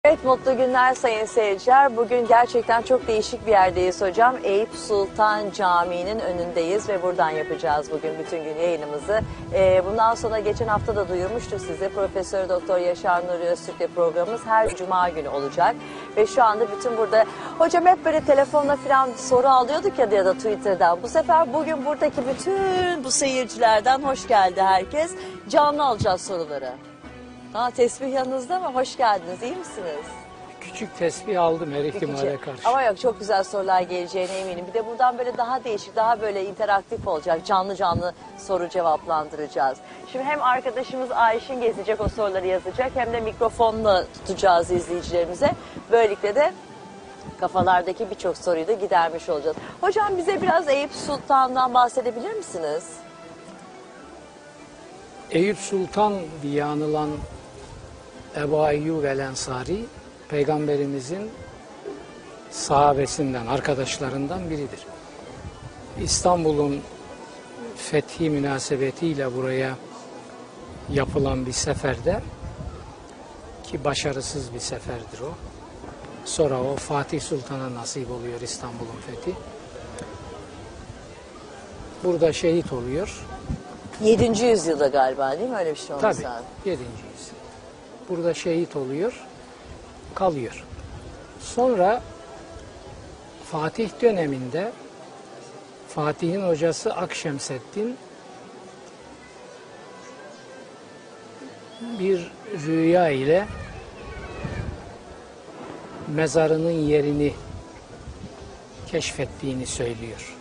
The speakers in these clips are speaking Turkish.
Evet, mutlu günler sayın seyirciler. Bugün gerçekten çok değişik bir yerdeyiz hocam. Eyüp Sultan Camii'nin önündeyiz ve buradan yapacağız bugün bütün gün yayınımızı. Bundan sonra geçen hafta da duyurmuştuk size. Profesör Doktor Yaşar Nuri Öztürk'le programımız her cuma günü olacak. Ve şu anda bütün burada hocam hep böyle telefonla falan soru alıyorduk ya da Twitter'dan. Bu sefer bugün buradaki bütün bu seyircilerden hoş geldi herkes. Canlı alacağız soruları. Tesbih yanınızda mı? Hoş geldiniz. İyi misiniz? Küçük tesbih aldım her ihtimale karşı. Ama yok, çok güzel sorular geleceğine eminim. Bir de buradan böyle daha değişik, daha böyle interaktif olacak. Canlı canlı soru cevaplandıracağız. Şimdi hem arkadaşımız Ayşin gezecek, o soruları yazacak, hem de mikrofonla tutacağız izleyicilerimize. Böylelikle de kafalardaki birçok soruyu da gidermiş olacağız. Hocam bize biraz Eyüp Sultan'dan bahsedebilir misiniz? Eyüp Sultan diye anılan Ebu Eyyub el Ensari, Peygamberimizin sahabesinden, arkadaşlarından biridir. İstanbul'un fethi münasebetiyle buraya yapılan bir seferde, ki başarısız bir seferdir o. Sonra o Fatih Sultan'a nasip oluyor İstanbul'un fethi. Burada şehit oluyor. 7. yüzyılda galiba, değil mi? Öyle bir şey olması Tabii, lazım. 7. yüzyıl. Burada şehit oluyor, kalıyor. Sonra Fatih döneminde Fatih'in hocası Akşemseddin bir rüya ile mezarının yerini keşfettiğini söylüyor.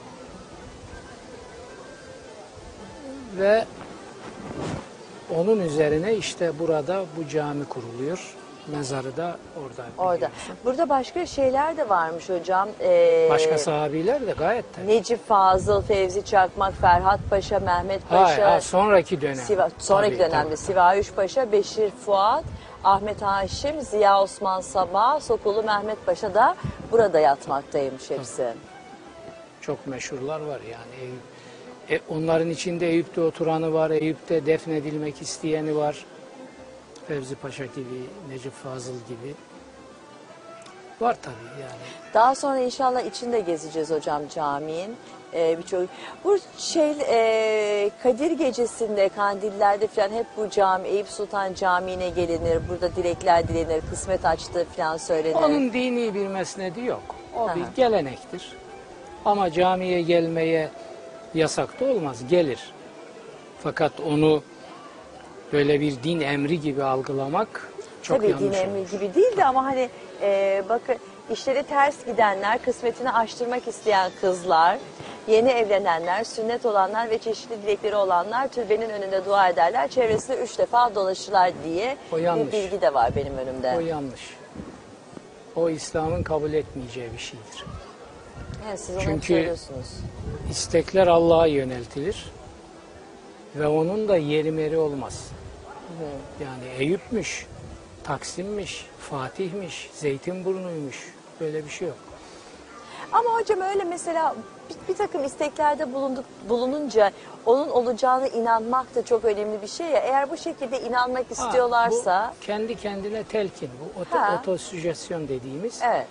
Ve onun üzerine işte burada bu cami kuruluyor. Mezarı da orada. Orada. Burada başka şeyler de varmış hocam. Başka sahabiler de gayet tabii. Necip Fazıl, Fevzi Çakmak, Ferhat Paşa, Mehmet Paşa. Hayır, sonraki dönem. Sonraki Tabii, dönemde tabii. Sivaüş Paşa, Beşir Fuat, Ahmet Haşim, Ziya Osman Sabah, Sokulu Mehmet Paşa da burada yatmaktaymış hepsi. Çok meşhurlar var yani. Onların içinde Eyüp'te oturanı var, Eyüp'te defnedilmek isteyeni var. Fevzi Paşa gibi, Necip Fazıl gibi. Var tabii yani. Daha sonra inşallah içinde gezeceğiz hocam caminin. Birçok bu Kadir Gecesi'nde, kandillerde falan hep bu cami, Eyüp Sultan Camii'ne gelinir. Burada dilekler dilenir, kısmet açtı falan söylenir. Onun dini bir mesnedi yok. O Aha. bir gelenektir. Ama camiye gelmeye yasak da olmaz. Gelir. Fakat onu böyle bir din emri gibi algılamak çok Tabii yanlış din emri olur. gibi değil de ama hani bakın işleri ters gidenler, kısmetini aştırmak isteyen kızlar, yeni evlenenler, sünnet olanlar ve çeşitli dilekleri olanlar türbenin önünde dua ederler. Çevresinde 3 defa dolaşırlar diye bir bilgi de var benim önümde. O yanlış. O İslam'ın kabul etmeyeceği bir şeydir. Evet, siz onu Çünkü söylüyorsunuz. istekler Allah'a yöneltilir ve onun da yeri meri olmaz. Yani Eyüp'müş, Taksim'miş, Fatih'miş, Zeytinburnu'ymuş, böyle bir şey yok. Ama hocam öyle mesela bir takım isteklerde bulununca onun olacağına inanmak da çok önemli bir şey ya. Eğer bu şekilde inanmak istiyorlarsa... Bu kendi kendine telkin, bu otosüjesyon dediğimiz Evet.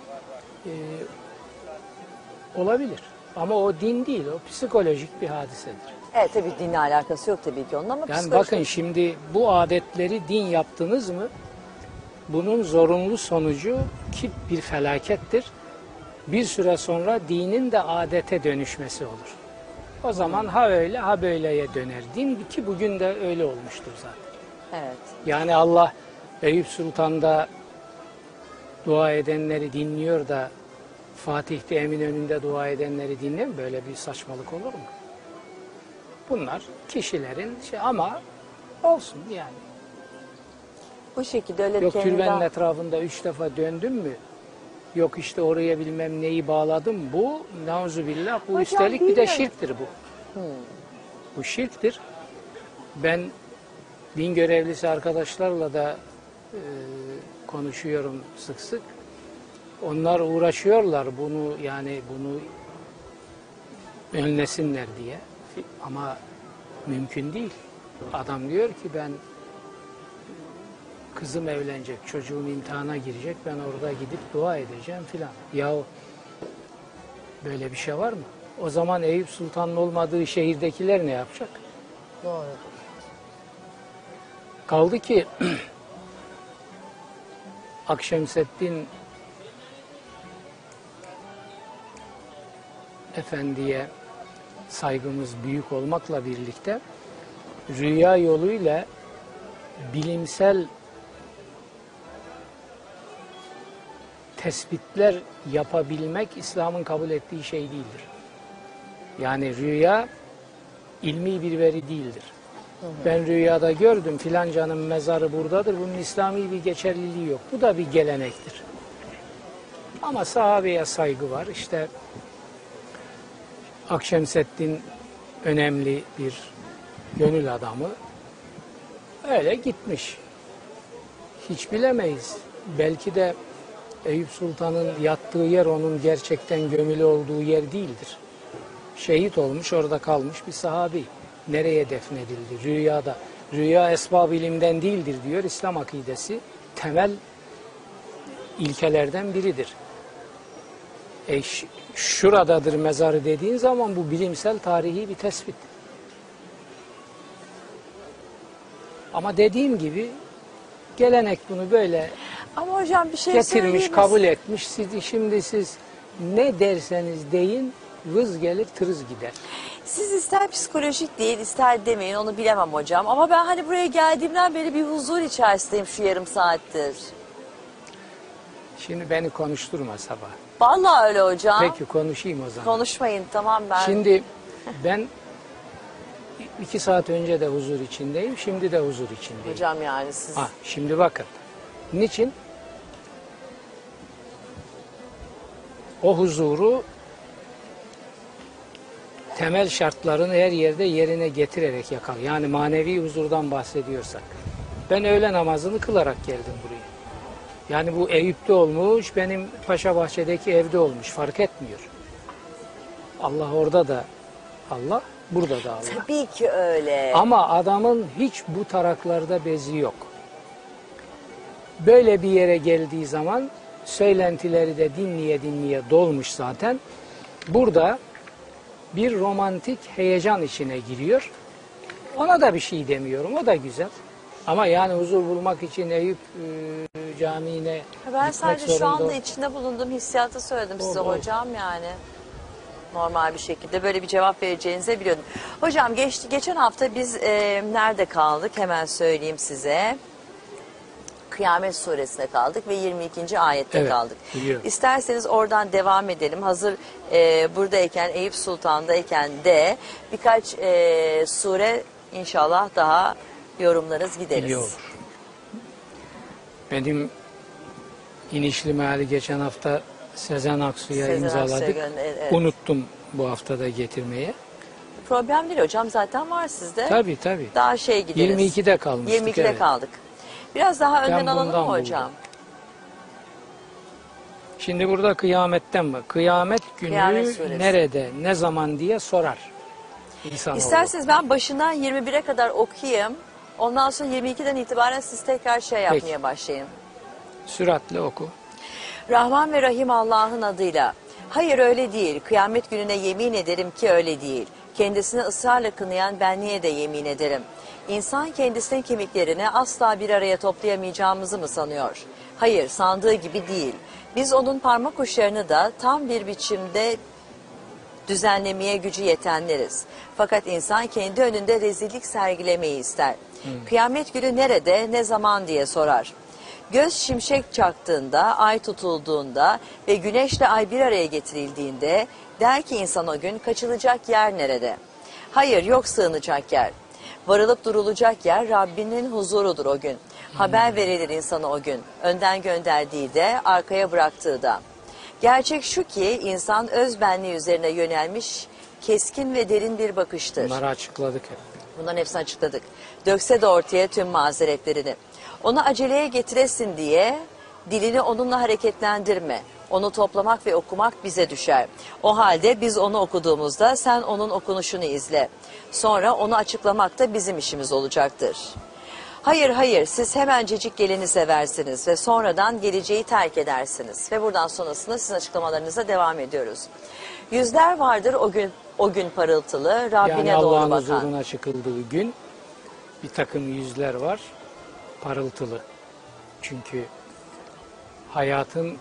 olabilir. Ama o din değil, o psikolojik bir hadisedir. Evet, tabii dinle alakası yok tabii ki onun ama Yani bakın şimdi bu adetleri din yaptınız mı, bunun zorunlu sonucu ki bir felakettir. Bir süre sonra dinin de adete dönüşmesi olur. O zaman ha öyle ha böyleye döner. Din ki bugün de öyle olmuştur zaten. Evet. Yani Allah Eyüp Sultan'da dua edenleri dinliyor da Fatih'te Eminönü'nde dua edenleri dinler mi? Böyle bir saçmalık olur mu? Bunlar kişilerin ama olsun yani. Bu şekilde öyle Yok kendine türbenin etrafında 3 defa döndüm mü? Yok işte oraya bilmem neyi bağladım. Bu nauzubillah, bu Hocam, üstelik bir de bilmiyorum. şirktir bu. Bu şirktir. Ben din görevlisi arkadaşlarla da konuşuyorum sık sık. Onlar uğraşıyorlar bunu önlesinler diye. Ama mümkün değil. Adam diyor ki ben kızım evlenecek, çocuğum imtihana girecek, ben orada gidip dua edeceğim filan. Yahu böyle bir şey var mı? O zaman Eyüp Sultan'ın olmadığı şehirdekiler ne yapacak? Doğru. Kaldı ki Akşemseddin Efendi'ye saygımız büyük olmakla birlikte rüya yoluyla bilimsel tespitler yapabilmek İslam'ın kabul ettiği şey değildir. Yani rüya ilmi bir veri değildir. Ben rüyada gördüm filancanın mezarı buradadır. Bunun İslami bir geçerliliği yok. Bu da bir gelenektir. Ama sahabeye saygı var. İşte Akşemseddin önemli bir gönül adamı. Öyle gitmiş. Hiç bilemeyiz. Belki de Eyüp Sultan'ın yattığı yer onun gerçekten gömülü olduğu yer değildir. Şehit olmuş, orada kalmış bir sahabi. Nereye defnedildi? Rüyada. Rüya esbab ilimden değildir diyor İslam akidesi. Temel ilkelerden biridir. Şuradadır mezarı dediğin zaman bu bilimsel tarihi bir tespit. Ama dediğim gibi gelenek bunu böyle Ama hocam bir şey getirmiş, söyleyeyim mi? kabul etmiş. Şimdi siz ne derseniz deyin vız gelir tırız gider. Siz ister psikolojik değil, ister demeyin, onu bilemem hocam. Ama ben hani buraya geldiğimden beri bir huzur içerisindeyim şu yarım saattir. Şimdi beni konuşturma sabah. Vallahi öyle hocam. Peki konuşayım o zaman. Konuşmayın, tamam ben. Şimdi ben 2 saat önce de huzur içindeyim, şimdi de huzur içindeyim. Hocam yani siz... Şimdi bakın. Niçin? O huzuru temel şartlarını her yerde yerine getirerek yakal. Yani manevi huzurdan bahsediyorsak. Ben öğle namazını kılarak geldim buraya. Yani bu Eyüp'te olmuş, benim Paşabahçe'deki evde olmuş. Fark etmiyor. Allah orada da Allah, burada da Allah. Tabii ki öyle. Ama adamın hiç bu taraklarda bezi yok. Böyle bir yere geldiği zaman söylentileri de dinleye dinleye dolmuş zaten. Burada bir romantik heyecan içine giriyor. Ona da bir şey demiyorum, o da güzel. Ama yani huzur bulmak için Eyüp Camii'ne Ben gitmek sadece şu zorunda. anda içinde bulunduğum hissiyatı söyledim size Doğru. hocam yani. Normal bir şekilde böyle bir cevap vereceğinizi biliyordum. Hocam geçen hafta biz nerede kaldık hemen söyleyeyim size. Kıyamet suresine kaldık ve 22. ayette Evet, kaldık. biliyorum. İsterseniz oradan devam edelim. Hazır buradayken, Eyüp Sultan'dayken de birkaç sure inşallah daha yorumlarız, gideriz. İyi olur. Benim inişli meali geçen hafta Sezen Aksu'ya Sezen imzaladık. Aksu'ya evet. Unuttum bu haftada getirmeye. Problem değil hocam, zaten var sizde. Tabii. Daha gideriz. 22'de kalmıştık. 22'de evet. kaldık. Biraz daha önden alalım mı bundan hocam? buldum. Şimdi burada kıyametten mi? Kıyamet günü Kıyamet suresi. nerede, ne zaman diye sorar insanoğlu. İsterseniz ben başından 21'e kadar okuyayım. Ondan sonra 22'den itibaren siz tekrar yapmaya Peki. başlayın. Süratle oku. Rahman ve Rahim Allah'ın adıyla. Hayır öyle değil. Kıyamet gününe yemin ederim ki öyle değil. Kendisini ısrarla kınayan benliğe de yemin ederim. İnsan kendisinin kemiklerini asla bir araya toplayamayacağımızı mı sanıyor? Hayır, sandığı gibi değil. Biz onun parmak uçlarını da tam bir biçimde düzenlemeye gücü yetenleriz. Fakat insan kendi önünde rezillik sergilemeyi ister. Kıyamet günü nerede, ne zaman diye sorar. Göz şimşek çaktığında, ay tutulduğunda ve güneşle ay bir araya getirildiğinde der ki insan o gün kaçılacak yer nerede? Hayır, yok sığınacak yer. Varılıp durulacak yer Rabbinin huzurudur o gün. Haber verilir insana o gün. Önden gönderdiği de arkaya bıraktığı da. Gerçek şu ki insan öz benliği üzerine yönelmiş keskin ve derin bir bakıştır. Bunları açıkladık hep. Bunların hepsini açıkladık. Dökse de ortaya tüm mazeretlerini. Onu aceleye getiresin diye dilini onunla hareketlendirme. Onu toplamak ve okumak bize düşer. O halde biz onu okuduğumuzda sen onun okunuşunu izle. Sonra onu açıklamak da bizim işimiz olacaktır. Hayır hayır, siz hemencecik geleni seversiniz ve sonradan geleceği terk edersiniz. Ve buradan sonrasında sizin açıklamalarınıza devam ediyoruz. Yüzler vardır o gün parıltılı, Rabbine Yani doğru Allah'ın bakan. huzuruna çıkıldığı gün bir takım yüzler var, parıltılı. Çünkü hayatın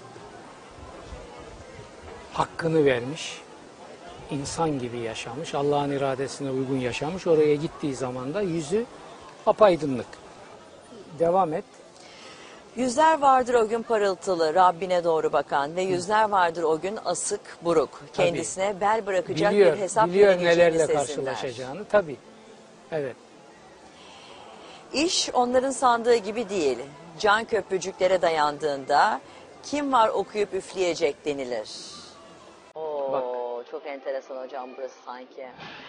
hakkını vermiş, insan gibi yaşamış, Allah'ın iradesine uygun yaşamış. Oraya gittiği zaman da yüzü apaydınlık. Devam et. Yüzler vardır o gün parıltılı, Rabbine doğru bakan ve yüzler vardır o gün asık, buruk. Kendisine bel bırakacak bir hesap biliyor vereceğini nelerle sezinler. karşılaşacağını tabii. Evet. İş onların sandığı gibi değil. Can köprücüklere dayandığında kim var okuyup üfleyecek denilir. Oo, Bak. çok enteresan hocam burası sanki.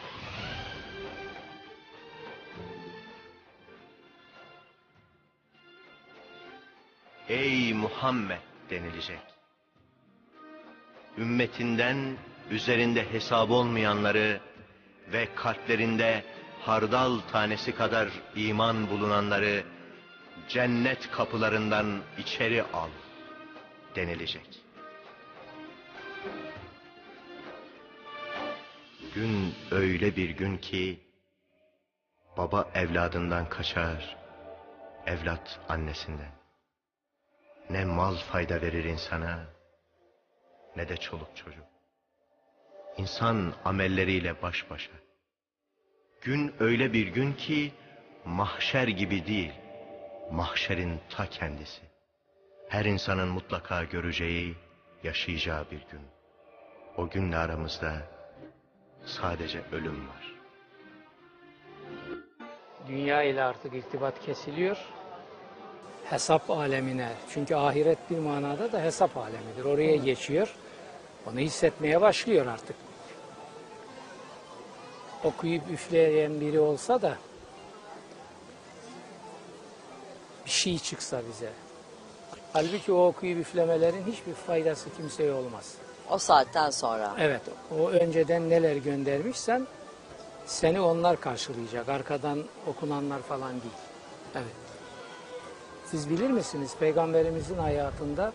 Ey Muhammed denilecek. Ümmetinden üzerinde hesabı olmayanları ve kalplerinde hardal tanesi kadar iman bulunanları cennet kapılarından içeri al denilecek. Gün öyle bir gün ki baba evladından kaçar, evlat annesinden. Ne mal fayda verir insana, ne de çoluk çocuk. İnsan amelleriyle baş başa. Gün öyle bir gün ki mahşer gibi değil, mahşerin ta kendisi. Her insanın mutlaka göreceği, yaşayacağı bir gün. O günle aramızda sadece ölüm var. Dünya ile artık irtibat kesiliyor. Hesap alemine. Çünkü ahiret bir manada da hesap alemidir. Oraya geçiyor. Onu hissetmeye başlıyor artık. Okuyup üfleyen biri olsa da bir şey çıksa bize. Halbuki o okuyup üflemelerin hiçbir faydası kimseye olmaz. O saatten sonra. Evet, o önceden neler göndermişsen seni onlar karşılayacak. Arkadan okunanlar falan değil. Evet. Siz bilir misiniz Peygamberimizin hayatında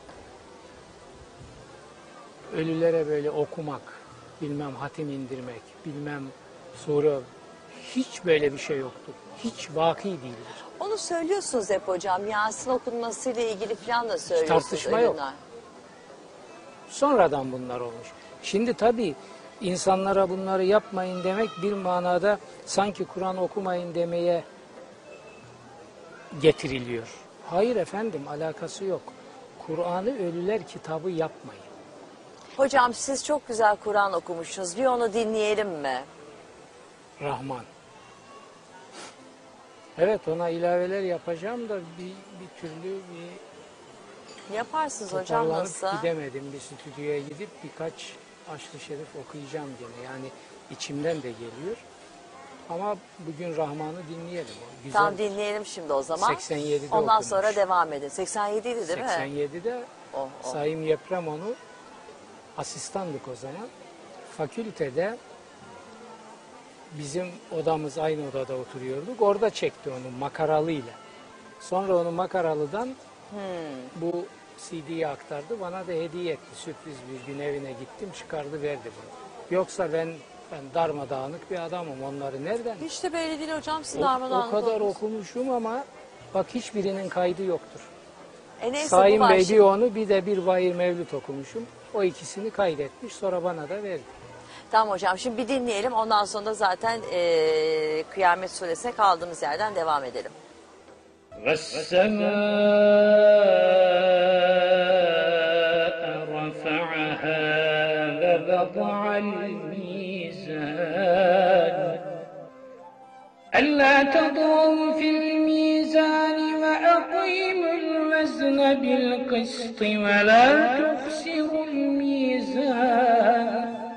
ölülere böyle okumak, bilmem hatim indirmek, bilmem sure, hiç böyle bir şey yoktur. Hiç vaki değildir. Onu söylüyorsunuz hep hocam. Yasin okunmasıyla ilgili falan da söylüyorsunuz. tartışma yok. ölümler. Sonradan bunlar olmuş. Şimdi tabii insanlara bunları yapmayın demek bir manada sanki Kur'an okumayın demeye getiriliyor. Hayır efendim, alakası yok. Kur'an'ı ölüler kitabı yapmayın. Hocam siz çok güzel Kur'an okumuşsunuz. Bir onu dinleyelim mi? Rahman. Evet, ona ilaveler yapacağım da bir türlü Yaparsınız hocam toparlanıp nasıl? gidemedim. Bir stüdyoya gidip birkaç Aşk-ı Şerif okuyacağım gene. Yani içimden de geliyor. Ama bugün Rahman'ı dinleyelim. O güzel. Tamam dinleyelim şimdi o zaman. 87'de Ondan okumuş. sonra devam edin. 87 idi değil mi? 87'de Oh, oh. Sayın Yeprem onu asistandık o zaman. Fakültede bizim odamız aynı odada oturuyorduk. Orada çekti onu makaralıyla. Sonra onu makaralıdan bu CD'ye aktardı. Bana da hediye etti. Sürpriz bir gün evine gittim. Çıkardı verdi bunu. Yoksa ben darmadağınık bir adamım. Onları nereden? Hiç de böyle değil hocam. Siz O darmadağınık kadar oldunuz. okumuşum ama bak hiçbirinin kaydı yoktur. Neyse, bu Sayın var Bey şimdi. bir onu bir de bir Bayır Mevlüt okumuşum. O ikisini kaydetmiş. Sonra bana da verdi. Tamam hocam şimdi bir dinleyelim. Ondan sonra da zaten Kıyamet Suresine kaldığımız yerden devam edelim. وَالسَّمَاءَ رَفَعَهَا وَوَضَعَ الْمِيزَانَ أَلَّا تَطْغَوْا فِي الْمِيزَانِ وَأَقِيمُوا الْوَزْنَ بِالْقِسْطِ وَلَا تُخْسِرُوا الْمِيزَانَ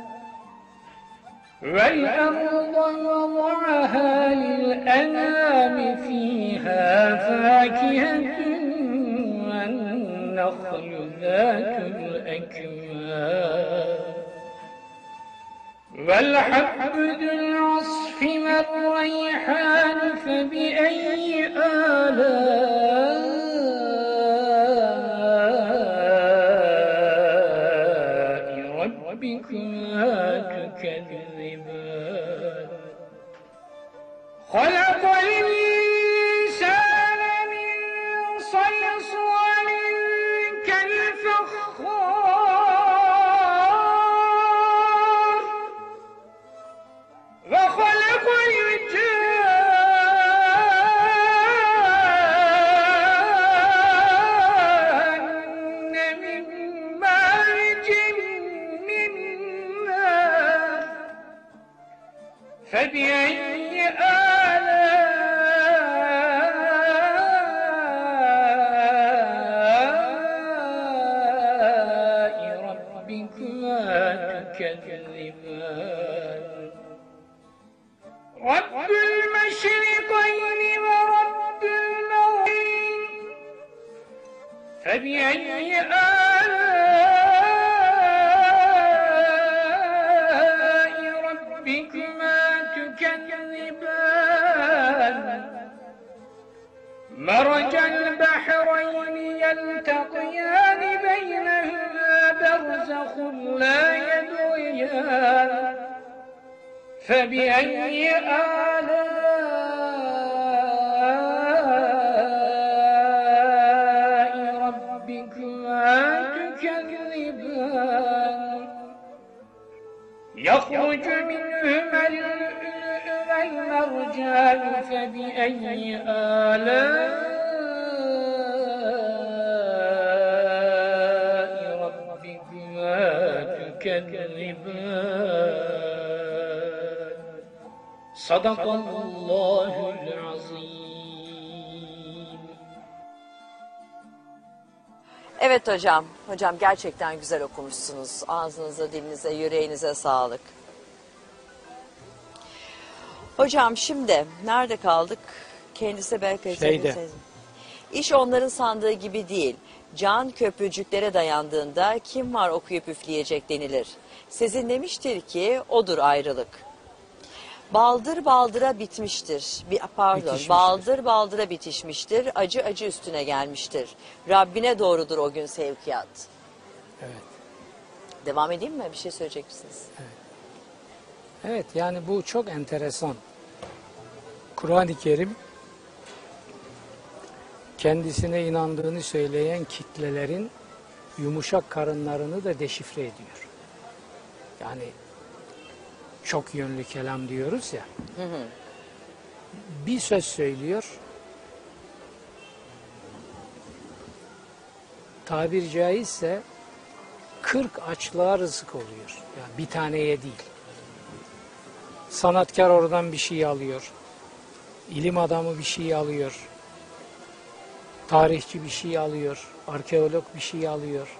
وَالْأَرْضَ وَضَعَهَا لِلْأَنَامِ فِيهَا فَاكِهَةٌ وَالنَّخْلُ ذَاتُ الْأَكْمَامِ والحب ذو العصف والريحان فبأي آلاء ربكما تكذبان خلق الإنسان من صلصال كالفخار وخلق الجن من مارج من نار فبأي آلاء ربكما تكذبان رب المشرقين ورب المغربين فبأي آلاء ربكما تكذبان مرج البحرين يلتقيان بينهما برزخ لا يبغيان فبأي آلاء ربكما تكذبان يخرج منهما اللؤلؤ والمرجان فبأي آلاء ربكما تكذبان صدق الله العظيم. Evet hocam. Hocam gerçekten güzel okumuşsunuz. Ağzınıza, dilinize, yüreğinize sağlık. Hocam şimdi nerede kaldık? Kendisi belki... İş onların sandığı gibi değil. Can köprücüklere dayandığında kim var okuyup üfleyecek denilir. Sezin demiştir ki odur ayrılık. Baldır baldıra bitmiştir. Baldır baldıra bitişmiştir. Acı acı üstüne gelmiştir. Rabbine doğrudur o gün sevkiyat. Evet. Devam edeyim mi? Bir şey söyleyecek misiniz? Evet, yani bu çok enteresan. Kur'an-ı Kerim kendisine inandığını söyleyen kitlelerin yumuşak karınlarını da deşifre ediyor. Yani çok yönlü kelam diyoruz ya. Bir söz söylüyor. Tabir caizse 40 açlığa rızık oluyor. Yani bir taneye değil. Sanatkar oradan bir şey alıyor. İlim adamı bir şey alıyor. Tarihçi bir şey alıyor. Arkeolog bir şey alıyor.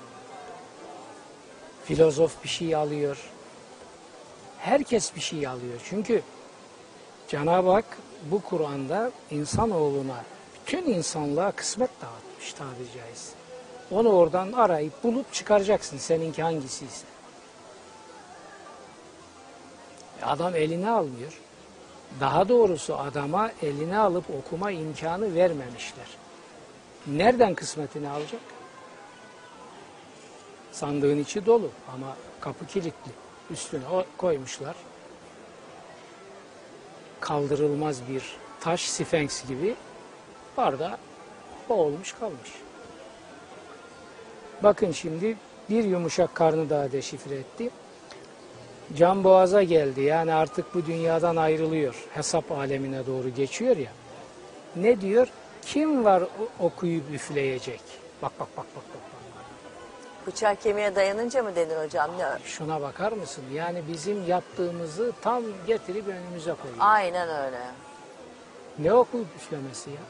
Filozof bir şey alıyor. Herkes bir şey alıyor. Çünkü Cenab-ı Hak bu Kur'an'da insanoğluna, bütün insanlığa kısmet dağıtmış tabiri caizse. Onu oradan arayıp bulup çıkaracaksın seninki hangisiyse. Adam eline almıyor. Daha doğrusu adama eline alıp okuma imkanı vermemişler. Nereden kısmetini alacak? Sandığın içi dolu ama kapı kilitli. Üstüne koymuşlar. Kaldırılmaz bir taş, Sfenks gibi orada boğulmuş kalmış. Bakın şimdi bir yumuşak karnı daha deşifre etti. Can boğaza geldi. Yani artık bu dünyadan ayrılıyor. Hesap alemine doğru geçiyor ya. Ne diyor? Kim var okuyup üfleyecek? Bak. Bıçak kemiğe dayanınca mı denir hocam? Ne? Şuna bakar mısın? Yani bizim yaptığımızı tam getirip önümüze koyuyor. Aynen öyle. Ne okuyup üflemesi ya?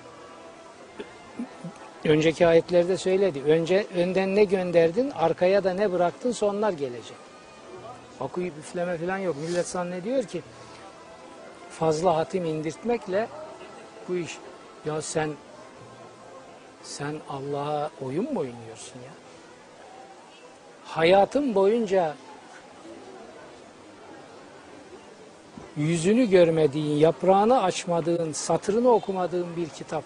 Önceki ayetlerde söyledi. Önden ne gönderdin, arkaya da ne bıraktın, sonlar gelecek. Okuyup üfleme falan yok. Millet zannediyor ki fazla hatim indirtmekle bu iş. Ya sen Allah'a oyun mu oynuyorsun ya? Hayatın boyunca yüzünü görmediğin, yaprağını açmadığın, satırını okumadığın bir kitap.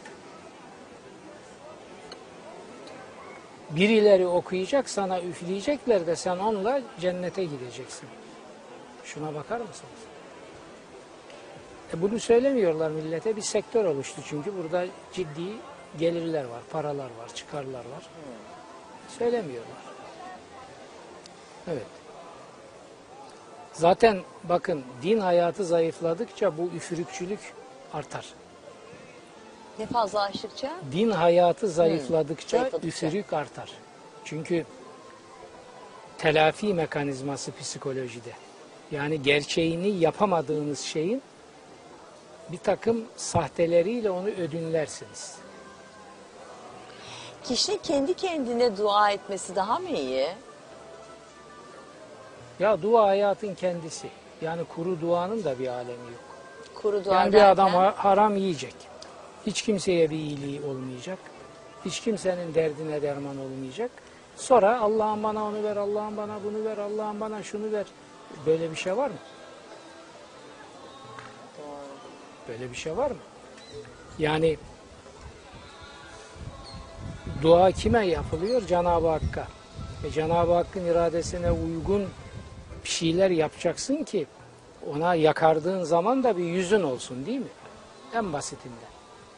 Birileri okuyacak, sana üfleyecekler de sen onunla cennete gideceksin. Şuna bakar mısınız? Bunu söylemiyorlar millete. Bir sektör oluştu çünkü burada ciddi gelirler var, paralar var, çıkarlar var. Söylemiyorlar. Evet. Zaten bakın din hayatı zayıfladıkça bu üfürükçülük artar. Ne fazla açtıkça? Din hayatı zayıfladıkça zayıfladıkça. üfürük artar. Çünkü telafi mekanizması psikolojide. Yani gerçeğini yapamadığınız şeyin bir takım sahteleriyle onu ödünlersiniz. Kişinin kendi kendine dua etmesi daha mı iyi? Ya dua hayatın kendisi. Yani kuru duanın da bir alemi yok. Kuru dua Yani bir adam derken, haram yiyecek. Hiç kimseye bir iyiliği olmayacak. Hiç kimsenin derdine derman olmayacak. Sonra Allah'ım bana onu ver, Allah'ım bana bunu ver, Allah'ım bana şunu ver. Böyle bir şey var mı? Böyle bir şey var mı? Yani dua kime yapılıyor? Cenab-ı Hakk'a. Cenab-ı Hakk'ın iradesine uygun bir şeyler yapacaksın ki ona yakardığın zaman da bir yüzün olsun, değil mi? En basitinden.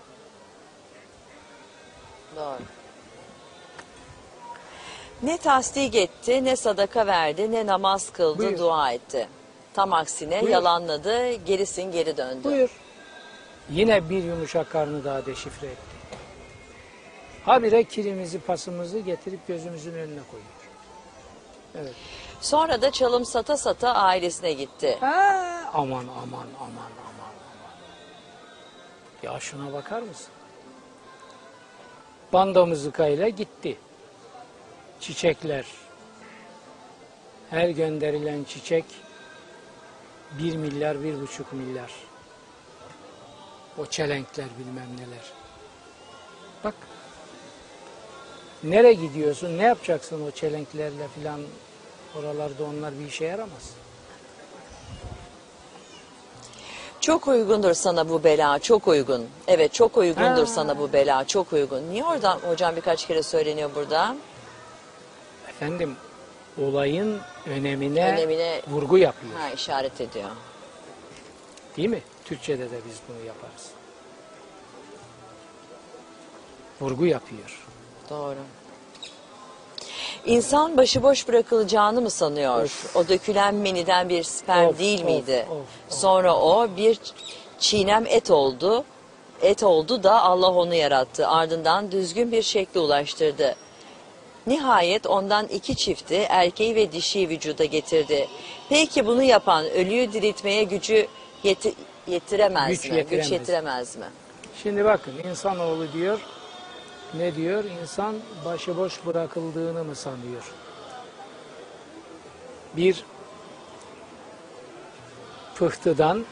Doğru. Ne tasdik etti, ne sadaka verdi, ne namaz kıldı, Buyur. dua etti. Tam aksine Buyur. yalanladı, gerisin geri döndü. Buyur. Yine bir yumuşak karnı daha deşifre etti. Habire kirimizi, pasımızı getirip gözümüzün önüne koyuyor. Evet. Sonra da çalım sata sata ailesine gitti. Aman. Ya şuna bakar mısın? Banda mızıkayla gitti. Çiçekler. Her gönderilen çiçek 1 milyar, 1,5 milyar. O çelenkler bilmem neler. Bak. Nereye gidiyorsun? Ne yapacaksın o çelenklerle filan? Oralarda onlar bir işe yaramaz. Çok uygundur sana bu bela, çok uygun. Evet, çok uygundur Ha. sana bu bela, çok uygun. Niye oradan hocam birkaç kere söyleniyor burada? Efendim, olayın önemine Önemine vurgu yapıyor. işaret ediyor. Değil mi? Türkçe'de de biz bunu yaparız. Vurgu yapıyor. Doğru. İnsan başıboş bırakılacağını mı sanıyor? Of. O dökülen meniden bir sperm Of, değil of, miydi? of. Sonra o bir çiğnem et oldu. Et oldu da Allah onu yarattı. Ardından düzgün bir şekle ulaştırdı. Nihayet ondan 2 çifti, erkeği ve dişiyi vücuda getirdi. Peki bunu yapan ölüyü diriltmeye gücü yetiremez Güç mi? yetiremez. Güç yetiremez mi? Şimdi bakın, insanoğlu diyor, ne diyor? İnsan başıboş bırakıldığını mı sanıyor? Bir pıhtıdan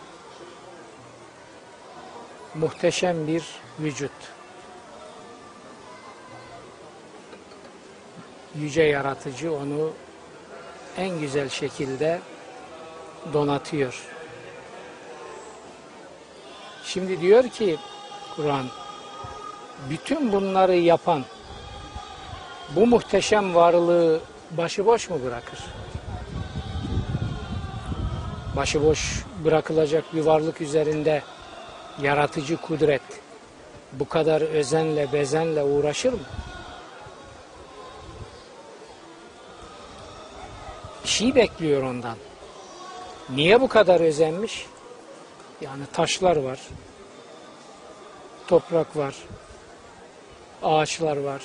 muhteşem bir vücut. Yüce Yaratıcı onu en güzel şekilde donatıyor. Şimdi diyor ki Kur'an, bütün bunları yapan bu muhteşem varlığı başıboş mu bırakır? Başıboş bırakılacak bir varlık üzerinde yaratıcı kudret bu kadar özenle bezenle uğraşır mı? Bir şey bekliyor ondan. Niye bu kadar özenmiş? Yani taşlar var, toprak var, ağaçlar var,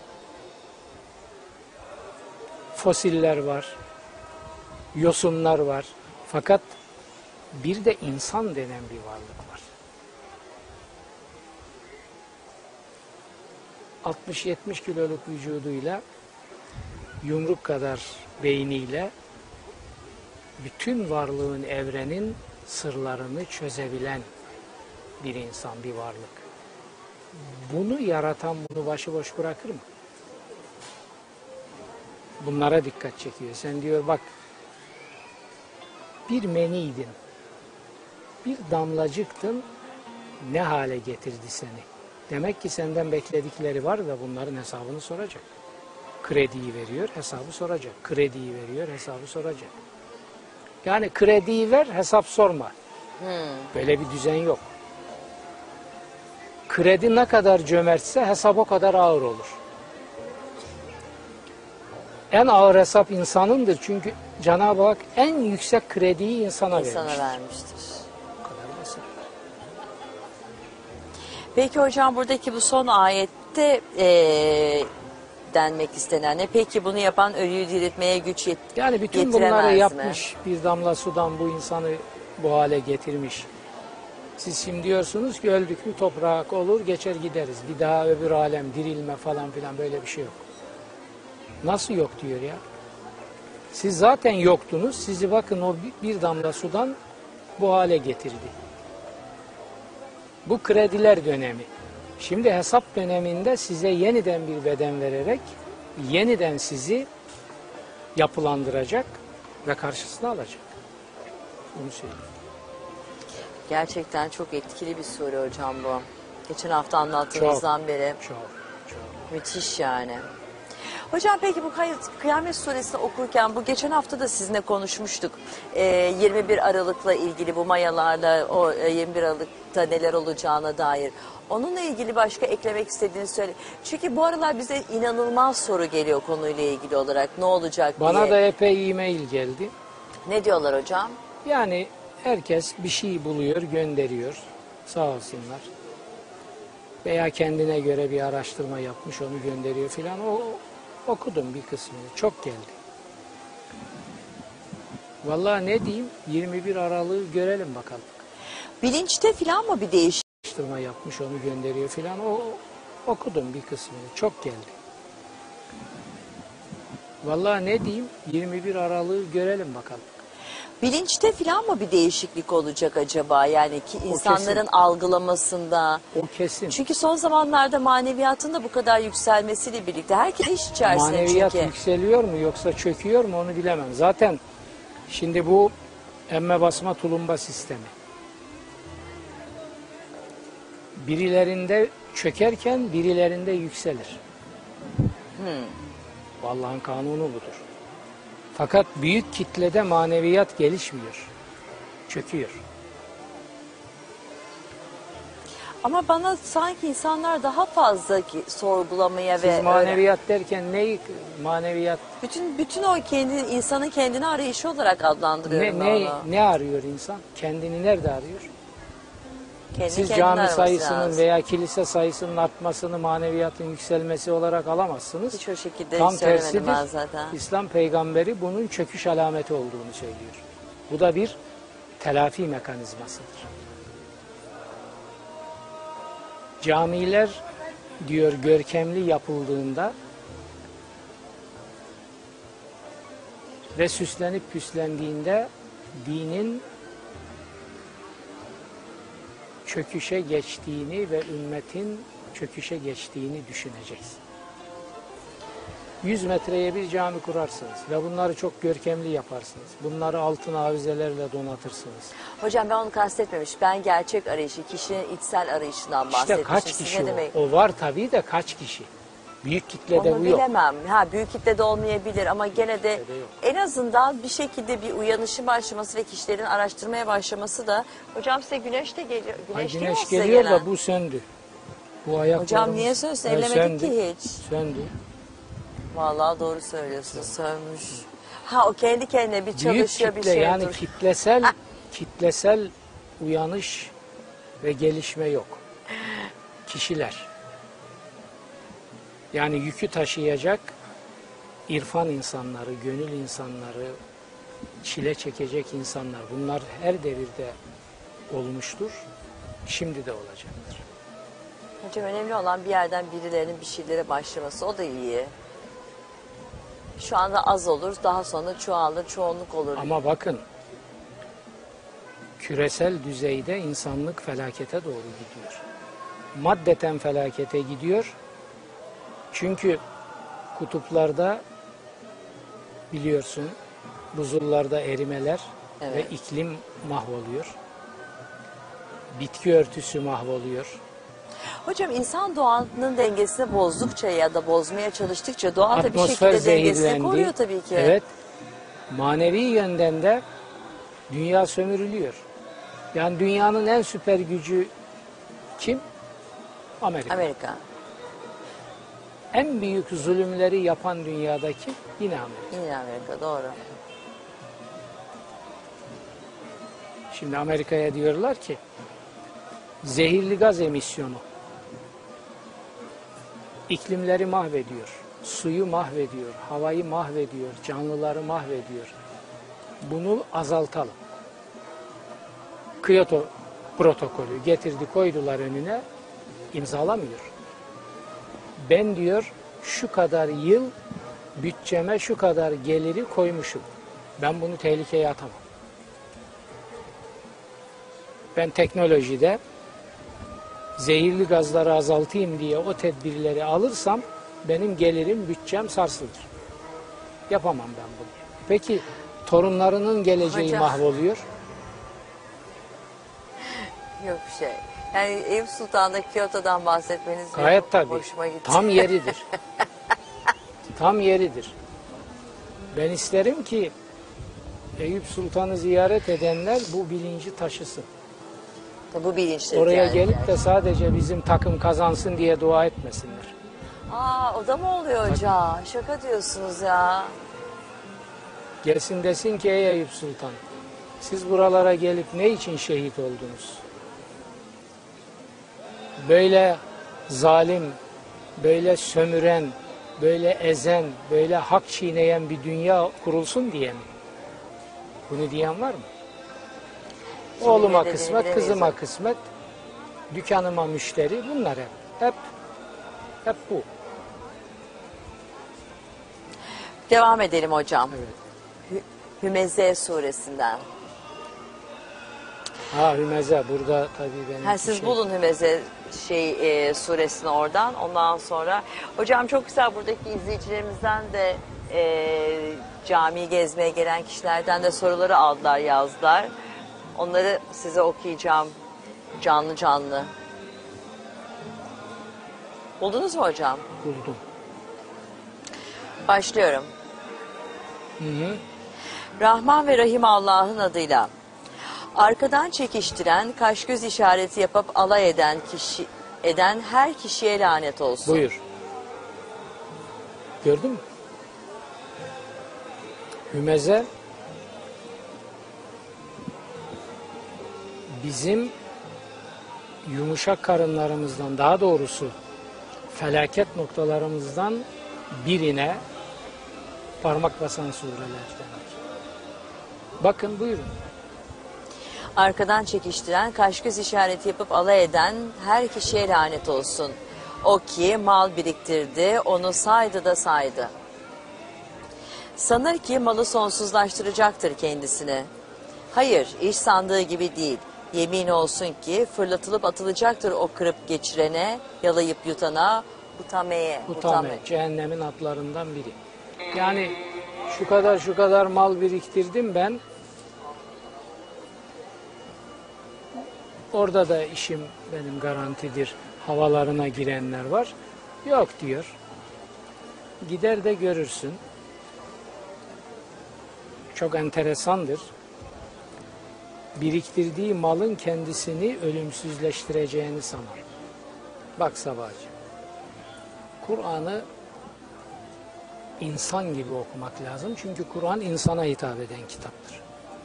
fosiller var, yosunlar var. Fakat bir de insan denen bir varlık var. 60-70 kiloluk vücuduyla, yumruk kadar beyniyle bütün varlığın, evrenin sırlarını çözebilen bir insan, bir varlık. Bunu yaratan bunu başıboş bırakır mı? Bunlara dikkat çekiyor. Sen diyor bak, bir meniydin. bir damlacıktın, ne hale getirdi seni? Demek ki senden bekledikleri var da bunların hesabını soracak. Krediyi veriyor, hesabı soracak. Krediyi veriyor, hesabı soracak. Yani krediyi ver, hesap sorma. Böyle bir düzen yok. Kredi ne kadar cömertse hesap o kadar ağır olur. En ağır hesap insanındır. Çünkü Cenab-ı Hak en yüksek krediyi insana vermiştir. O kadar basit. Peki hocam buradaki bu son ayette denmek istenen ne? Peki bunu yapan ölüyü diriltmeye güç Yani bütün getiremez bunları mi? yapmış, bir damla sudan bu insanı bu hale getirmiş. Siz şimdi diyorsunuz ki öldük mü toprak olur geçer gideriz. Bir daha öbür alem dirilme falan filan böyle bir şey yok. Nasıl yok diyor ya. Siz zaten yoktunuz. Sizi bakın o bir damla sudan bu hale getirdi. Bu krediler dönemi. Şimdi hesap döneminde size yeniden bir beden vererek yeniden sizi yapılandıracak ve karşısına alacak. Bunu söyleyeyim. Gerçekten çok etkili bir soru hocam bu. Geçen hafta anlattığınızdan beri. Çok. Müthiş yani. Hocam peki bu Kıyamet Suresini okurken bu geçen hafta da sizinle konuşmuştuk. 21 Aralık'la ilgili bu mayalarla o 21 Aralık'ta neler olacağına dair. Onunla ilgili başka eklemek istediğini söyle. Çünkü bu aralar bize inanılmaz soru geliyor konuyla ilgili olarak. Ne olacak diye. Bana da epey e-mail geldi. Ne diyorlar hocam? Yani herkes bir şey buluyor, gönderiyor. Sağ olsunlar. Veya kendine göre bir araştırma yapmış, onu gönderiyor filan. Okudum bir kısmını. Çok geldi. Vallahi ne diyeyim? 21 Aralık'ı görelim bakalım. Bilinçte filan mı bir değişiklik? Araştırma yapmış, onu gönderiyor filan. Okudum bir kısmını. Çok geldi. Vallahi ne diyeyim? 21 Aralık'ı görelim bakalım. Bilinçte filan mı bir değişiklik olacak acaba? Yani ki insanların algılamasında. O kesin. Çünkü son zamanlarda maneviyatın da bu kadar yükselmesiyle birlikte herkes iş içerisinde Maneviyat çünkü. yükseliyor mu yoksa çöküyor mu onu bilemem. Zaten şimdi bu emme basma tulumba sistemi. Birilerinde çökerken birilerinde yükselir. Allah'ın kanunu budur. Fakat büyük kitlede maneviyat gelişmiyor. Çöküyor. Ama bana sanki insanlar daha fazla sorgulamaya Siz ve maneviyat derken neyi maneviyat bütün o insanın kendini arayışı olarak adlandırıyorum ben onu. ne arıyor insan? Kendini nerede arıyor? Kendi Siz kendini cami araması sayısının lazım. veya kilise sayısının artmasını maneviyatın yükselmesi olarak alamazsınız. Hiç o şekilde Tam söylemedim tersidir. ben zaten. İslam peygamberi bunun çöküş alameti olduğunu söylüyor. Bu da bir telafi mekanizmasıdır. Camiler diyor görkemli yapıldığında ve süslenip püslendiğinde dinin çöküşe geçtiğini ve ümmetin çöküşe geçtiğini düşüneceksin. 100 metreye bir cami kurarsınız ve bunları çok görkemli yaparsınız. Bunları altın avizelerle donatırsınız. Hocam ben onu kastetmemiş. Ben gerçek arayışı, kişinin içsel arayışından İşte bahsetmişim. kaç Siz kişi ne o? demek? O var tabii de kaç kişi? Büyük kitlede Onu bu yok. bilemem. Büyük kitlede olmayabilir ama gene de Kitlede yok. en azından bir şekilde bir uyanışın başlaması ve kişilerin araştırmaya başlaması da hocam size güneş de geliyor. Güneş, Ay, değil mi güneş size geliyor gelen? da bu söndü. Bu ayaklarımız Hocam niye sönsün? Ellemedik söndü. ki hiç. Söndü. Vallahi doğru söylüyorsun. Sönmüş. O kendi kendine bir Büyük çalışıyor kitle bir şey yani dur. kitlesel uyanış ve gelişme yok. Kişiler. Yani yükü taşıyacak irfan insanları, gönül insanları, çile çekecek insanlar. Bunlar her devirde olmuştur. Şimdi de olacaktır. Hocam önemli olan bir yerden birilerinin bir şeylere başlaması. O da iyi. Şu anda az olur, daha sonra çoğalır, çoğunluk olur. Ama bakın, küresel düzeyde insanlık felakete doğru gidiyor. Maddeten felakete gidiyor. Çünkü kutuplarda biliyorsun buzullarda erimeler Evet. ve iklim mahvoluyor. bitki örtüsü mahvoluyor. Hocam insan doğanın dengesini bozdukça ya da bozmaya çalıştıkça doğa da bir Atmosfer şekilde dengesini zehirlendi. koruyor tabii ki. Evet. Manevi yönden de dünya sömürülüyor. Yani dünyanın en süper gücü kim? Amerika. Amerika. En büyük zulümleri yapan dünyadaki yine Amerika. Yine Amerika, doğru. Şimdi Amerika'ya diyorlar ki zehirli gaz emisyonu iklimleri mahvediyor, suyu mahvediyor, havayı mahvediyor, canlıları mahvediyor. Bunu azaltalım. Kyoto protokolü getirdi koydular önüne, imzalamıyor. Ben diyor şu kadar yıl bütçeme şu kadar geliri koymuşum. Ben bunu tehlikeye atamam. Ben teknolojide zehirli gazları azaltayım diye o tedbirleri alırsam benim gelirim, bütçem sarsılır. Yapamam ben bunu. Peki torunlarının geleceği Hocam. mahvoluyor. Yok bir şey. Yani Eyüp Sultan'da Kyoto'dan bahsetmeniz benim Gayet tabii. hoşuma gitti. Tam yeridir. Tam yeridir. Ben isterim ki Eyüp Sultan'ı ziyaret edenler bu bilinci taşısın. Bu bilinçli. Oraya yani. gelip de sadece bizim takım kazansın diye dua etmesinler. Aa, o da mı oluyor hocam? Şaka diyorsunuz ya. Gelsin desin ki ey Eyüp Sultan, siz buralara gelip ne için şehit oldunuz? Böyle zalim, böyle sömüren, böyle ezen, böyle hak çiğneyen bir dünya kurulsun diye mi? Bunu diyen var mı? Şimdi Oğluma ne dediğini kısmet, bilemeyiz kızıma ama. kısmet, dükkanıma müşteri, bunlar hep bu. Devam edelim hocam. Evet. Hümeze suresinden. Ha Hümeze burada tabii benim Ha, siz bulun Hümeze suresini oradan. Ondan sonra hocam çok güzel, buradaki izleyicilerimizden de camiyi gezmeye gelen kişilerden de soruları aldılar, yazdılar. Onları size okuyacağım canlı canlı. Buldunuz mu hocam? buldum. Başlıyorum. Hı hı. Rahman ve Rahim Allah'ın adıyla. Arkadan çekiştiren, kaş göz işareti yapıp alay eden her kişiye lanet olsun. Buyur. Gördün mü? Hümeze bizim yumuşak karınlarımızdan, daha doğrusu felaket noktalarımızdan birine parmak basan surelerden. Bakın buyurun. Arkadan çekiştiren, kaş göz işareti yapıp alay eden her kişiye lanet olsun. O ki mal biriktirdi, onu saydı da saydı. Sanır ki malı sonsuzlaştıracaktır kendisini. Hayır, iş sandığı gibi değil. Yemin olsun ki fırlatılıp atılacaktır o kırıp geçirene, yalayıp yutana, hutameye. Hutame, cehennemin atlarından biri. Yani şu kadar mal biriktirdim ben. Orada da işim benim garantidir. Havalarına girenler var. Yok diyor. Gider de görürsün. Çok enteresandır. Biriktirdiği malın kendisini ölümsüzleştireceğini sanar. Bak Sabahcığım. Kur'an'ı insan gibi okumak lazım. Çünkü Kur'an insana hitap eden kitaptır.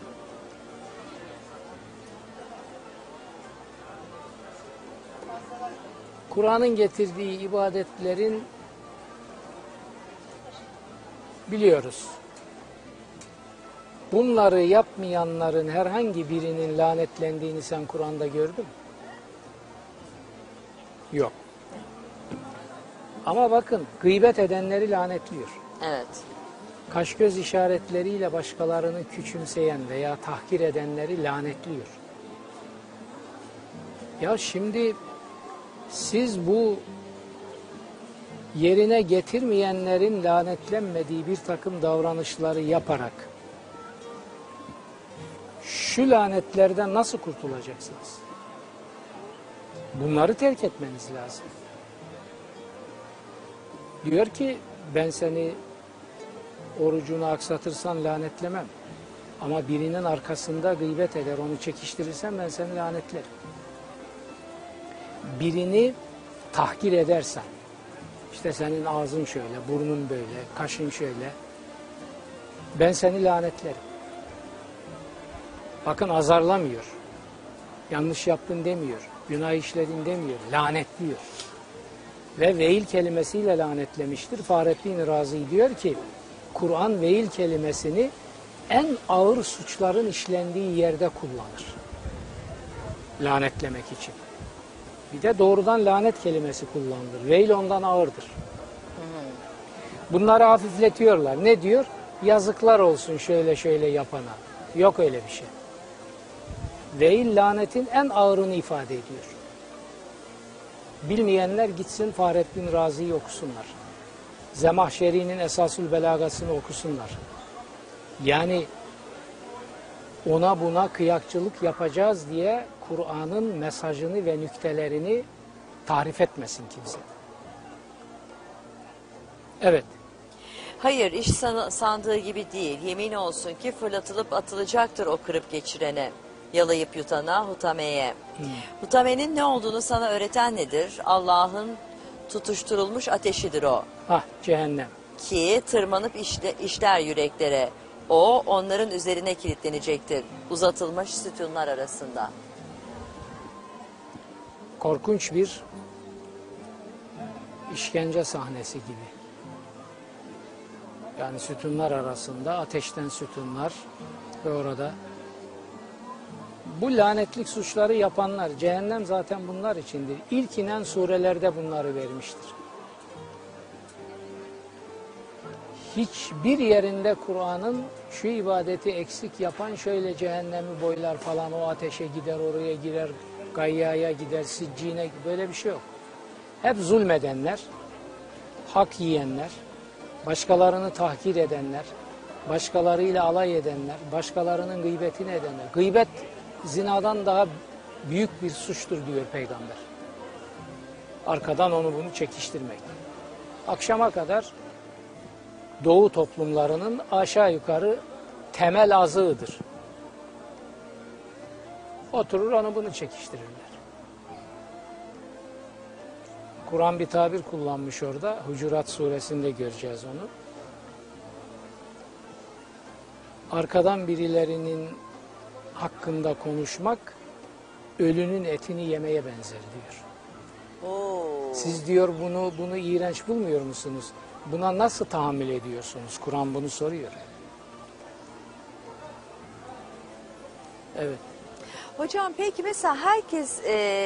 Kur'an'ın getirdiği ibadetlerin biliyoruz. Bunları yapmayanların herhangi birinin lanetlendiğini sen Kur'an'da gördün mü? Yok. Ama bakın gıybet edenleri lanetliyor. Evet. Kaş göz işaretleriyle başkalarını küçümseyen veya tahkir edenleri lanetliyor. Ya şimdi siz bu yerine getirmeyenlerin lanetlenmediği bir takım davranışları yaparak şu lanetlerden nasıl kurtulacaksınız? Bunları terk etmeniz lazım. Diyor ki ben seni orucunu aksatırsan lanetlemem. Ama birinin arkasında gıybet eder, onu çekiştirirsen ben seni lanetlerim. Birini tahkir edersen, işte senin ağzın şöyle, burnun böyle, kaşın şöyle, ben seni lanetlerim. Bakın azarlamıyor. Yanlış yaptın demiyor. Günah işledin demiyor. Lanetliyor. Ve veil kelimesiyle lanetlemiştir. Fahrettin Razi diyor ki Kur'an veil kelimesini en ağır suçların işlendiği yerde kullanır. Lanetlemek için. Bir de doğrudan lanet kelimesi kullanılır. Veil ondan ağırdır. Bunları hafifletiyorlar. Ne diyor? Yazıklar olsun şöyle şöyle yapana. Yok öyle bir şey. Veil lanetin en ağırını ifade ediyor. Bilmeyenler gitsin Fahrettin Razi'yi okusunlar. Zemahşeri'nin Esasül Belagasını okusunlar. Yani ona buna kıyakçılık yapacağız diye Kur'an'ın mesajını ve nüktelerini tarif etmesin kimse. Evet. Hayır, iş sandığı gibi değil. Yemin olsun ki fırlatılıp atılacaktır o kırıp geçirene. Yalayıp yutana, hutameye. Hutamenin ne olduğunu sana öğreten nedir? Allah'ın tutuşturulmuş ateşidir o. Cehennem. Ki tırmanıp işler yüreklere. O onların üzerine kilitlenecektir. Uzatılmış sütunlar arasında. Korkunç bir işkence sahnesi gibi. Yani sütunlar arasında ateşten sütunlar ve orada bu lanetlik suçları yapanlar, cehennem zaten bunlar içindir. İlk inen surelerde bunları vermiştir. Hiçbir yerinde Kur'an'ın şu ibadeti eksik yapan şöyle cehennemi boylar falan, o ateşe gider, oraya girer, gayyaya gider, siccine, böyle bir şey yok. Hep zulmedenler, hak yiyenler, başkalarını tahkir edenler, başkalarıyla alay edenler, başkalarının gıybetini edenler. Gıybet zinadan daha büyük bir suçtur diyor Peygamber. Arkadan onu bunu çekiştirmek. Akşama kadar Doğu toplumlarının aşağı yukarı temel azığıdır. Oturur onu bunu çekiştirirler. Kur'an bir tabir kullanmış orada. Hucurat suresinde göreceğiz onu. Arkadan birilerinin hakkında konuşmak ölünün etini yemeye benzer diyor. Siz diyor bunu iğrenç bulmuyor musunuz? Buna nasıl tahammül ediyorsunuz? Kur'an bunu soruyor. Evet. Hocam peki mesela herkes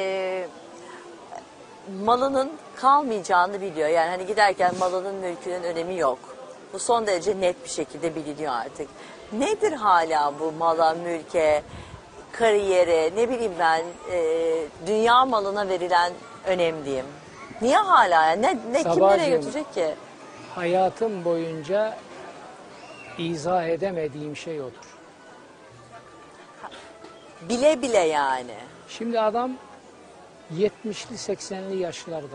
malının kalmayacağını biliyor. Yani hani giderken malının mülkünün önemi yok. Bu son derece net bir şekilde biliniyor artık. Nedir hala bu mala, mülke, kariyere, ne bileyim ben dünya malına verilen önem diyeyim. Niye hala? Yani kim nereye götürecek ki? Hayatım boyunca izah edemediğim şey odur. Bile bile yani. Şimdi adam 70'li 80'li yaşlarda.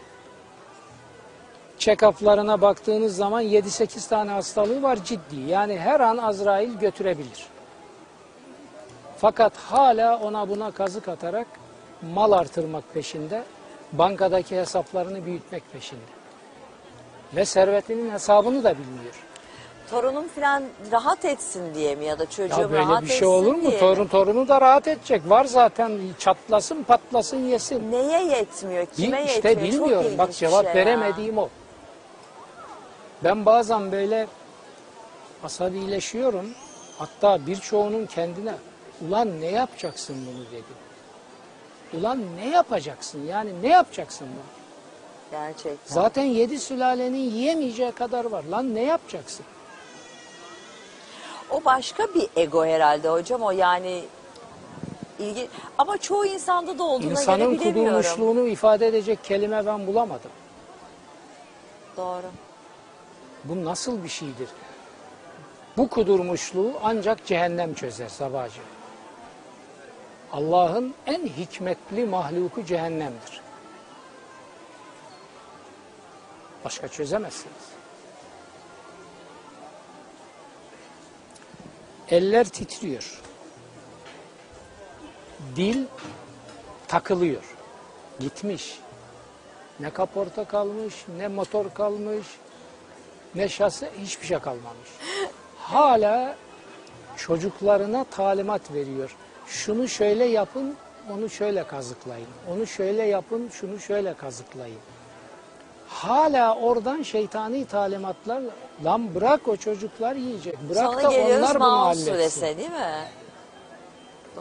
Check-up'larına baktığınız zaman 7-8 tane hastalığı var ciddi. Yani her an Azrail götürebilir. Fakat hala ona buna kazık atarak mal artırmak peşinde, bankadaki hesaplarını büyütmek peşinde. Ve servetinin hesabını da bilmiyor. Torunum falan rahat etsin diye mi ya da çocuğum Ya böyle rahat bir etsin şey olur mu? diye mi? Torunu da rahat edecek. Var zaten, çatlasın patlasın yesin. Neye yetmiyor? Kime İşte yetmiyor? bilmiyorum. Çok Bak ilginç cevap bir şey ya. veremediğim o. Ben bazen böyle asabileşiyorum. Hatta birçoğunun kendine ulan ne yapacaksın bunu dedi. Ulan ne yapacaksın? Yani ne yapacaksın bunu? Gerçekten. Zaten 7 sülalenin yiyemeyeceği kadar var. Lan ne yapacaksın? O başka bir ego herhalde hocam. O yani ilgi ama çoğu insanda da olduğuna İnsanın göre bilemiyorum. kudurmuşluğunu ifade edecek kelime ben bulamadım. Doğru. Bu nasıl bir şeydir? Bu kudurmuşluğu ancak cehennem çözer Sabahcığım. Allah'ın en hikmetli mahluku cehennemdir. Başka çözemezsiniz. Eller titriyor. Dil takılıyor. Gitmiş. Ne kaporta kalmış, ne motor kalmış, ne şase, hiçbir şey kalmamış. Hala çocuklarına talimat veriyor. Şunu şöyle yapın, onu şöyle kazıklayın. Onu şöyle yapın, şunu şöyle kazıklayın. Hala oradan şeytani talimatlar, lan bırak o çocuklar yiyecek. Bırak Sonra da geliyoruz onlar bunu Maun halletsin. suresine değil mi? Doğru.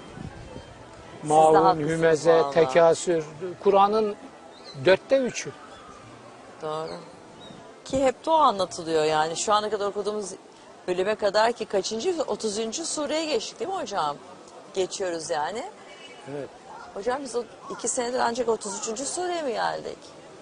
de Maun, haklısınız hümeze, vallahi. tekasür, Kur'an'ın 3'te 3'ü. Doğru. Ki hep de o anlatılıyor yani. Şu ana kadar okuduğumuz bölüme kadar ki kaçıncı? 30. sureye geçtik değil mi hocam? Geçiyoruz yani. Evet. Hocam biz o 2 senedir ancak 33. sureye mi geldik?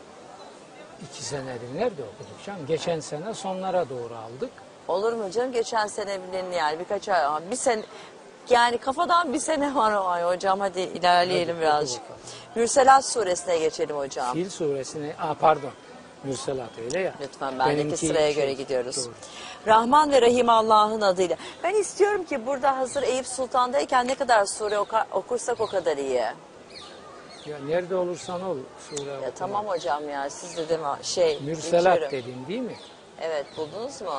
2 senedir nerede okuduk canım? Geçen sene sonlara doğru aldık. Olur mu canım? Geçen sene yani birkaç ay, bir sene yani kafadan bir sene var o ay hocam. Hadi ilerleyelim Hadi, birazcık. oku bakalım. Mürselat suresine geçelim hocam. Fil suresine, pardon, Mürselat öyle ya. Lütfen bendeki Benimki sıraya göre gidiyoruz. Doğru. Rahman ve Rahim Allah'ın adıyla. Ben istiyorum ki burada hazır Eyüp Sultan'dayken ne kadar sure okursak o kadar iyi. Ya nerede olursan ol sure Ya okuma. tamam hocam ya siz dedim Mürselat geçiyorum. dedin değil mi? Evet buldunuz mu?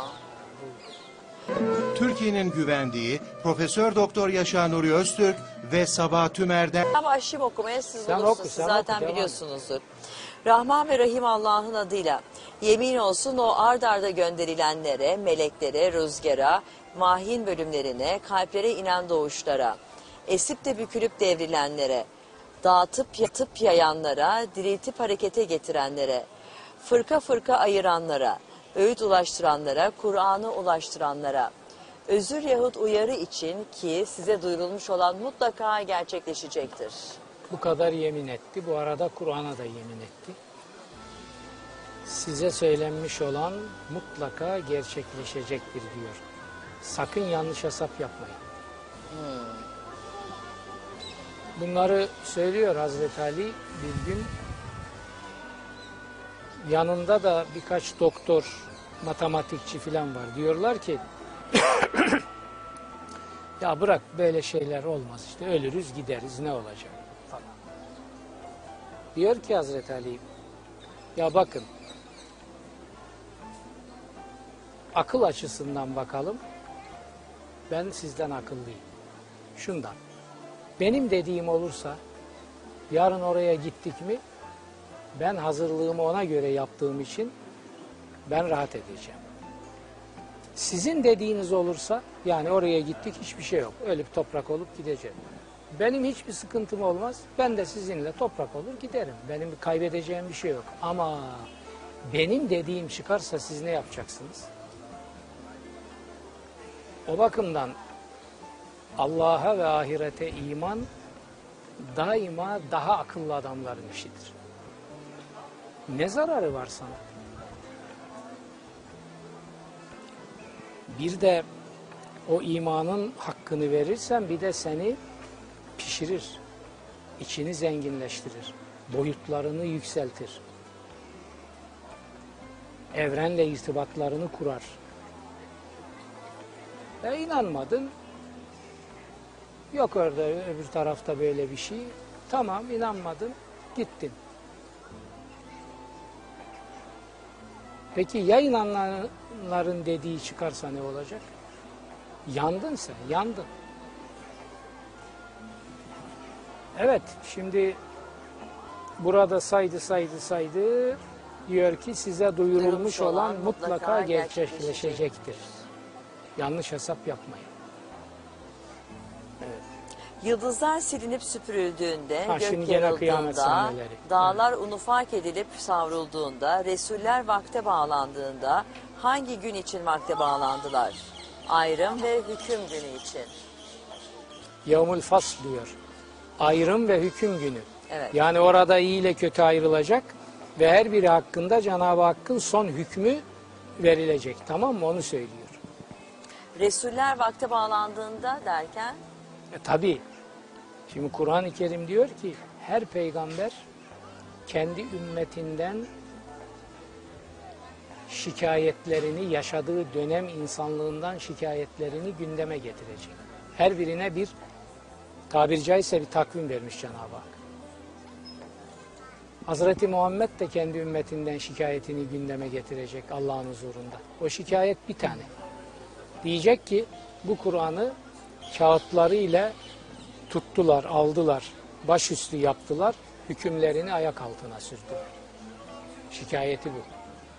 Türkiye'nin güvendiği Profesör Doktor Yaşar Nuri Öztürk ve Sabah Tümer'den Ben başlayayım okumaya siz Sen bulursunuz. oku, Siz sen zaten oku, devam et. biliyorsunuzdur. Rahman ve Rahim Allah'ın adıyla. Yemin olsun o ard arda gönderilenlere, meleklere, rüzgara, mahin bölümlerine, kalplere inen doğuşlara, esip de bükülüp devrilenlere, dağıtıp yatıp yayanlara, diriltip harekete getirenlere, fırka fırka ayıranlara, öğüt ulaştıranlara, Kur'an'ı ulaştıranlara, özür yahut uyarı için ki size duyurulmuş olan mutlaka gerçekleşecektir. Bu kadar yemin etti. Bu arada Kur'an'a da yemin etti. Size söylenmiş olan mutlaka gerçekleşecektir diyor. Sakın yanlış hesap yapmayın. Bunları söylüyor Hazreti Ali bir gün. Yanında da birkaç doktor, matematikçi falan var. Diyorlar ki ya bırak böyle şeyler olmaz işte ölürüz gideriz ne olacak falan. Diyor ki Hazreti Ali ya bakın akıl açısından bakalım ben sizden akıllıyım. Şundan benim dediğim olursa yarın oraya gittik mi ben hazırlığımı ona göre yaptığım için ben rahat edeceğim. Sizin dediğiniz olursa yani oraya gittik hiçbir şey yok. Ölüp toprak olup gideceğim. Benim hiçbir sıkıntım olmaz. Ben de sizinle toprak olur giderim. Benim kaybedeceğim bir şey yok. Ama benim dediğim çıkarsa siz ne yapacaksınız? O bakımdan Allah'a ve ahirete iman daima daha akıllı adamların işidir. Ne zararı var sana? Bir de o imanın hakkını verirsen bir de seni pişirir. İçini zenginleştirir. Boyutlarını yükseltir. Evrenle irtibatlarını kurar. İnanmadın. Yok orada öbür tarafta böyle bir şey. Tamam inanmadın. Gittin. Peki ya inananların dediği çıkarsa ne olacak? Yandın sen, yandın. Evet, şimdi burada saydı. Diyor ki size duyurulmuş olan mutlaka gerçekleşecektir. Yanlış hesap yapmayın. Evet. Yıldızlar silinip süpürüldüğünde, şimdi gök gene kıyamet yarıldığında, sahneleri. dağlar unufak edilip savrulduğunda, Resuller vakte bağlandığında hangi gün için vakte bağlandılar? Ayrım ve hüküm günü için. Yevmül fasl diyor. Ayrım ve hüküm günü. Evet. Yani orada iyi ile kötü ayrılacak ve her biri hakkında Cenab-ı Hakk'ın son hükmü verilecek. Tamam mı? Onu söylüyor. Resuller vakte bağlandığında derken? Tabii. Şimdi Kur'an-ı Kerim diyor ki her peygamber kendi ümmetinden şikayetlerini, yaşadığı dönem insanlığından şikayetlerini gündeme getirecek. Her birine bir, tabiri caizse bir takvim vermiş Cenab-ı Hak. Hazreti Muhammed de kendi ümmetinden şikayetini gündeme getirecek Allah'ın huzurunda. O şikayet bir tane. Diyecek ki bu Kur'an'ı kağıtları ile tuttular, aldılar, başüstü yaptılar, hükümlerini ayak altına sürdüler. Şikayeti bu.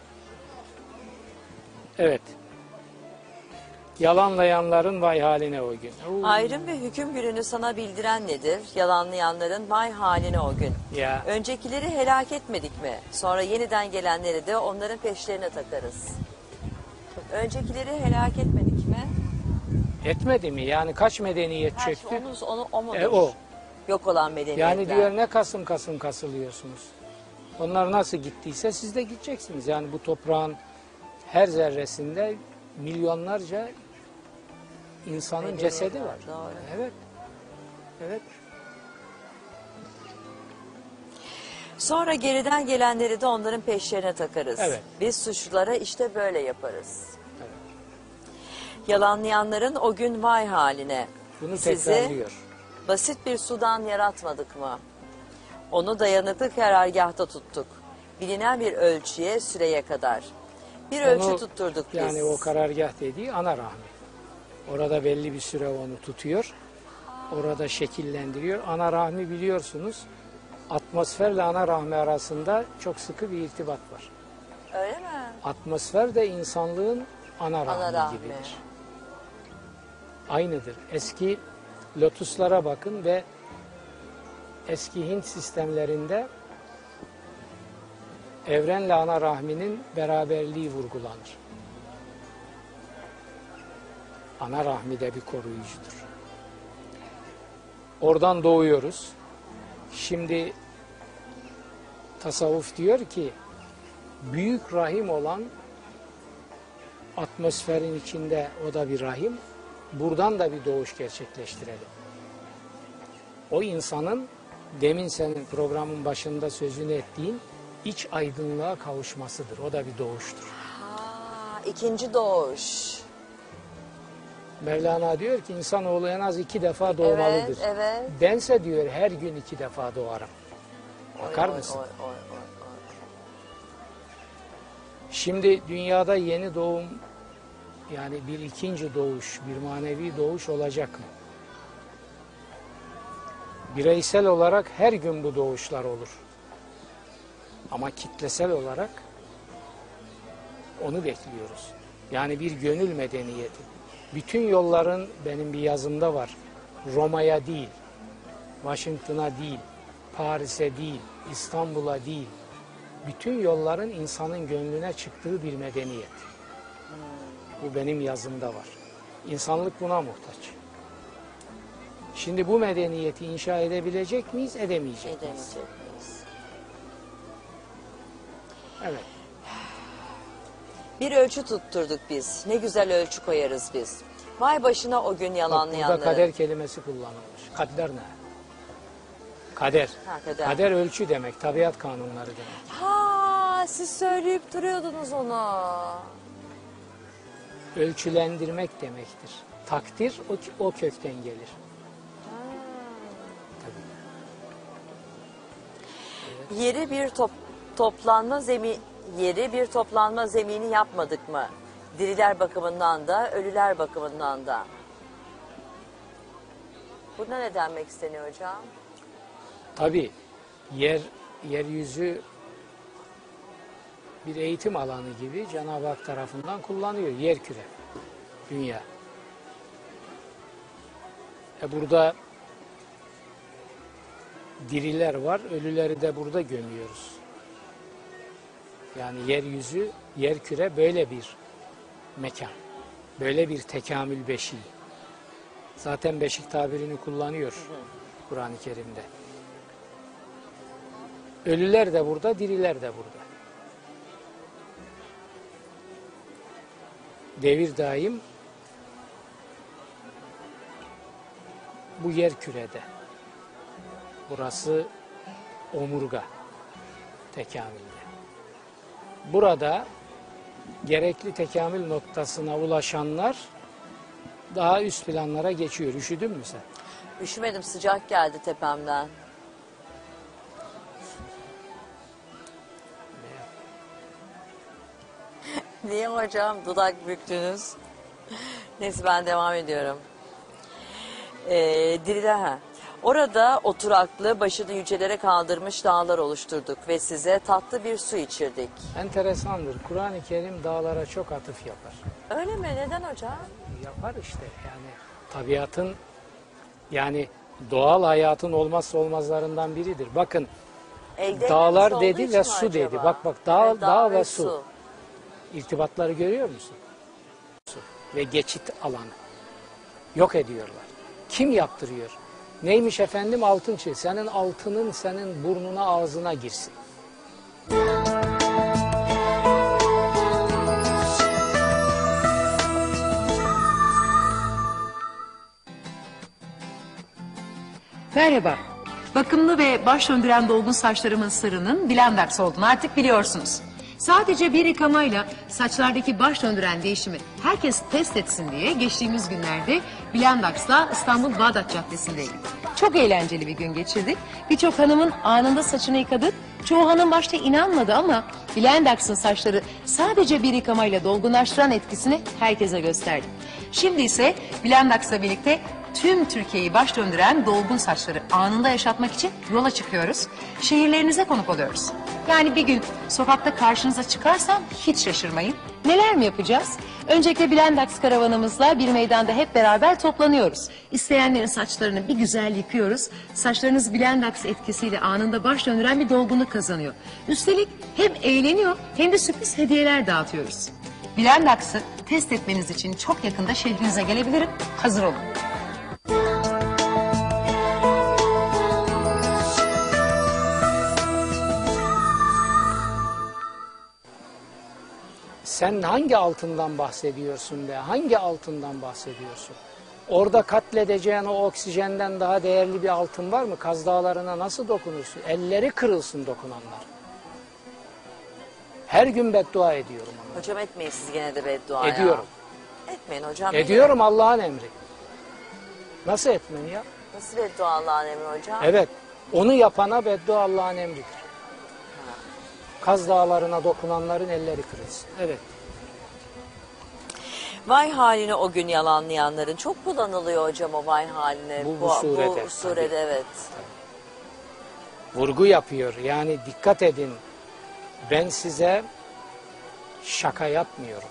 Evet. Yalanlayanların vay haline o gün. Ayrım ve hüküm gününü sana bildiren nedir? Yalanlayanların vay haline o gün. Ya. Öncekileri helak etmedik mi? Sonra yeniden gelenleri de onların peşlerine takarız. Öncekileri helak etmedik mi? Etmedi mi? Yani kaç medeniyet Her çöktü? şey o mudur? O. Yok olan medeniyetler. Yani diyor ne kasım kasım kasılıyorsunuz. Onlar nasıl gittiyse siz de gideceksiniz. Yani bu toprağın her zerresinde milyonlarca insanın Medeniyet cesedi var, var. doğru. Evet. Evet. Sonra geriden gelenleri de onların peşlerine takarız. Evet. Biz suçlulara işte böyle yaparız. Evet. Yalanlayanların o gün vay haline. Bunu Sizi tekrarlıyor. basit bir sudan yaratmadık mı? Onu dayanıklı karargahta tuttuk. Bilinen bir ölçüye, süreye kadar. Bir ölçü tutturduk biz. Yani o karargah dediği ana rahmi. Orada belli bir süre onu tutuyor. Orada şekillendiriyor. Ana rahmi biliyorsunuz atmosferle ana rahmi arasında çok sıkı bir irtibat var. Öyle mi? Atmosfer de insanlığın ana rahmi, rahmi. gibidir. Aynıdır. Eski lotuslara bakın ve eski Hint sistemlerinde evrenle ana rahminin beraberliği vurgulanır. Ana rahmi de bir koruyucudur. Oradan doğuyoruz. Şimdi tasavvuf diyor ki büyük rahim olan atmosferin içinde o da bir rahim. Buradan da bir doğuş gerçekleştirelim. O insanın demin senin programın başında sözünü ettiğin iç aydınlığa kavuşmasıdır. O da bir doğuştur. İkinci doğuş. Mevlana diyor ki insanoğlu en az 2 defa doğmalıdır. Evet. Bense diyor her gün 2 defa doğarım. Bakar mısın? Oy. Şimdi dünyada yeni doğum yani bir ikinci doğuş, bir manevi doğuş olacak mı? Bireysel olarak her gün bu doğuşlar olur. Ama kitlesel olarak onu bekliyoruz. Yani bir gönül medeniyeti. Bütün yolların benim bir yazımda var. Roma'ya değil, Washington'a değil, Paris'e değil, İstanbul'a değil. Bütün yolların insanın gönlüne çıktığı bir medeniyet. Bu benim yazımda var. İnsanlık buna muhtaç. Şimdi bu medeniyeti inşa edebilecek miyiz, edemeyecek miyiz? Edemeyecek miyiz? Evet. Bir ölçü tutturduk biz. Ne güzel ölçü koyarız biz. Vay başına o gün Bak yalanlayanların. burada kader kelimesi kullanılmış. Kader ne? Kader. Ha, kader. Kader ölçü demek, tabiat kanunları demek. Ha, siz söyleyip duruyordunuz onu. Ölçülendirmek demektir. Takdir o kökten gelir. Tabii. Yeri bir toplanma zemini yapmadık mı? Diriler bakımından da, ölüler bakımından da. Buna ne denmek isteniyor hocam? Tabii yeryüzü bir eğitim alanı gibi Cenab-ı Hak tarafından kullanıyor. Yerküre, dünya. Burada diriler var, ölüleri de burada gömüyoruz. Yani yeryüzü, yerküre böyle bir mekan. Böyle bir tekamül beşiği. Zaten beşik tabirini kullanıyor Kur'an-ı Kerim'de. Ölüler de burada, diriler de burada. Devir daim bu yer kürede. Burası omurga tekamülde. Burada gerekli tekamül noktasına ulaşanlar daha üst planlara geçiyor. Üşüdün mü sen? Üşümedim, sıcak geldi tepemden. Niye hocam dudak büktünüz? Neyse ben devam ediyorum. Diriler. Orada oturaklı başını yücelere kaldırmış dağlar oluşturduk ve size tatlı bir su içirdik. Enteresandır. Kur'an-ı Kerim dağlara çok atıf yapar. Öyle mi? Neden hocam? Yapar işte. Yani tabiatın, yani doğal hayatın olmazsa olmazlarından biridir. Bakın Elde dağlar olduğu dedi için ve mi su dedi. acaba? Bak dağ, Evet, dağ ve su. İrtibatları görüyor musun? Su ve geçit alanı. Yok ediyorlar. Kim yaptırıyor? Neymiş efendim? Altın çiğ. Senin altının senin burnuna ağzına girsin. Merhaba. Bakımlı ve baş döndüren dolgun saçlarımın sırrının Blendax olduğunu artık biliyorsunuz. Sadece bir yıkamayla saçlardaki baş döndüren değişimi herkes test etsin diye geçtiğimiz günlerde Blendax'la İstanbul Bağdat Caddesi'ndeydik. Çok eğlenceli bir gün geçirdik. Birçok hanımın anında saçını yıkadık. Çoğu hanım başta inanmadı ama Blendax'ın saçları sadece bir yıkamayla dolgunlaştıran etkisini herkese gösterdik. Şimdi ise Blendax'la birlikte tüm Türkiye'yi baş döndüren dolgun saçları anında yaşatmak için yola çıkıyoruz. Şehirlerinize konuk oluyoruz. Yani bir gün sokakta karşınıza çıkarsam hiç şaşırmayın. Neler mi yapacağız? Öncelikle Blendax karavanımızla bir meydanda hep beraber toplanıyoruz. İsteyenlerin saçlarını bir güzel yıkıyoruz. Saçlarınız Blendax etkisiyle anında baş döndüren bir dolgunluk kazanıyor. Üstelik hem eğleniyor hem de sürpriz hediyeler dağıtıyoruz. Blendax'ı test etmeniz için çok yakında şehrinize gelebilirim. Hazır olun. Sen hangi altından bahsediyorsun be? Hangi altından bahsediyorsun? Orada katledeceğin o oksijenden daha değerli bir altın var mı? Kaz Dağları'na nasıl dokunursun? Elleri kırılsın dokunanlar. Her gün beddua ediyorum ona. Hocam etmeyin siz gene de beddua ya. Ediyorum. Etmeyin hocam. Ediyorum, Allah'ın emri. Nasıl etmem ya? Nasıl beddua Allah'ın emri hocam? Evet. Onu yapana beddua Allah'ın emridir. Kaz Dağları'na dokunanların elleri kırılsın. Evet. Vay haline o gün yalanlayanların çok kullanılıyor hocam o vay haline. Bu surede, Bu surede tabii. evet. Vurgu yapıyor. Yani dikkat edin. Ben size şaka yapmıyorum.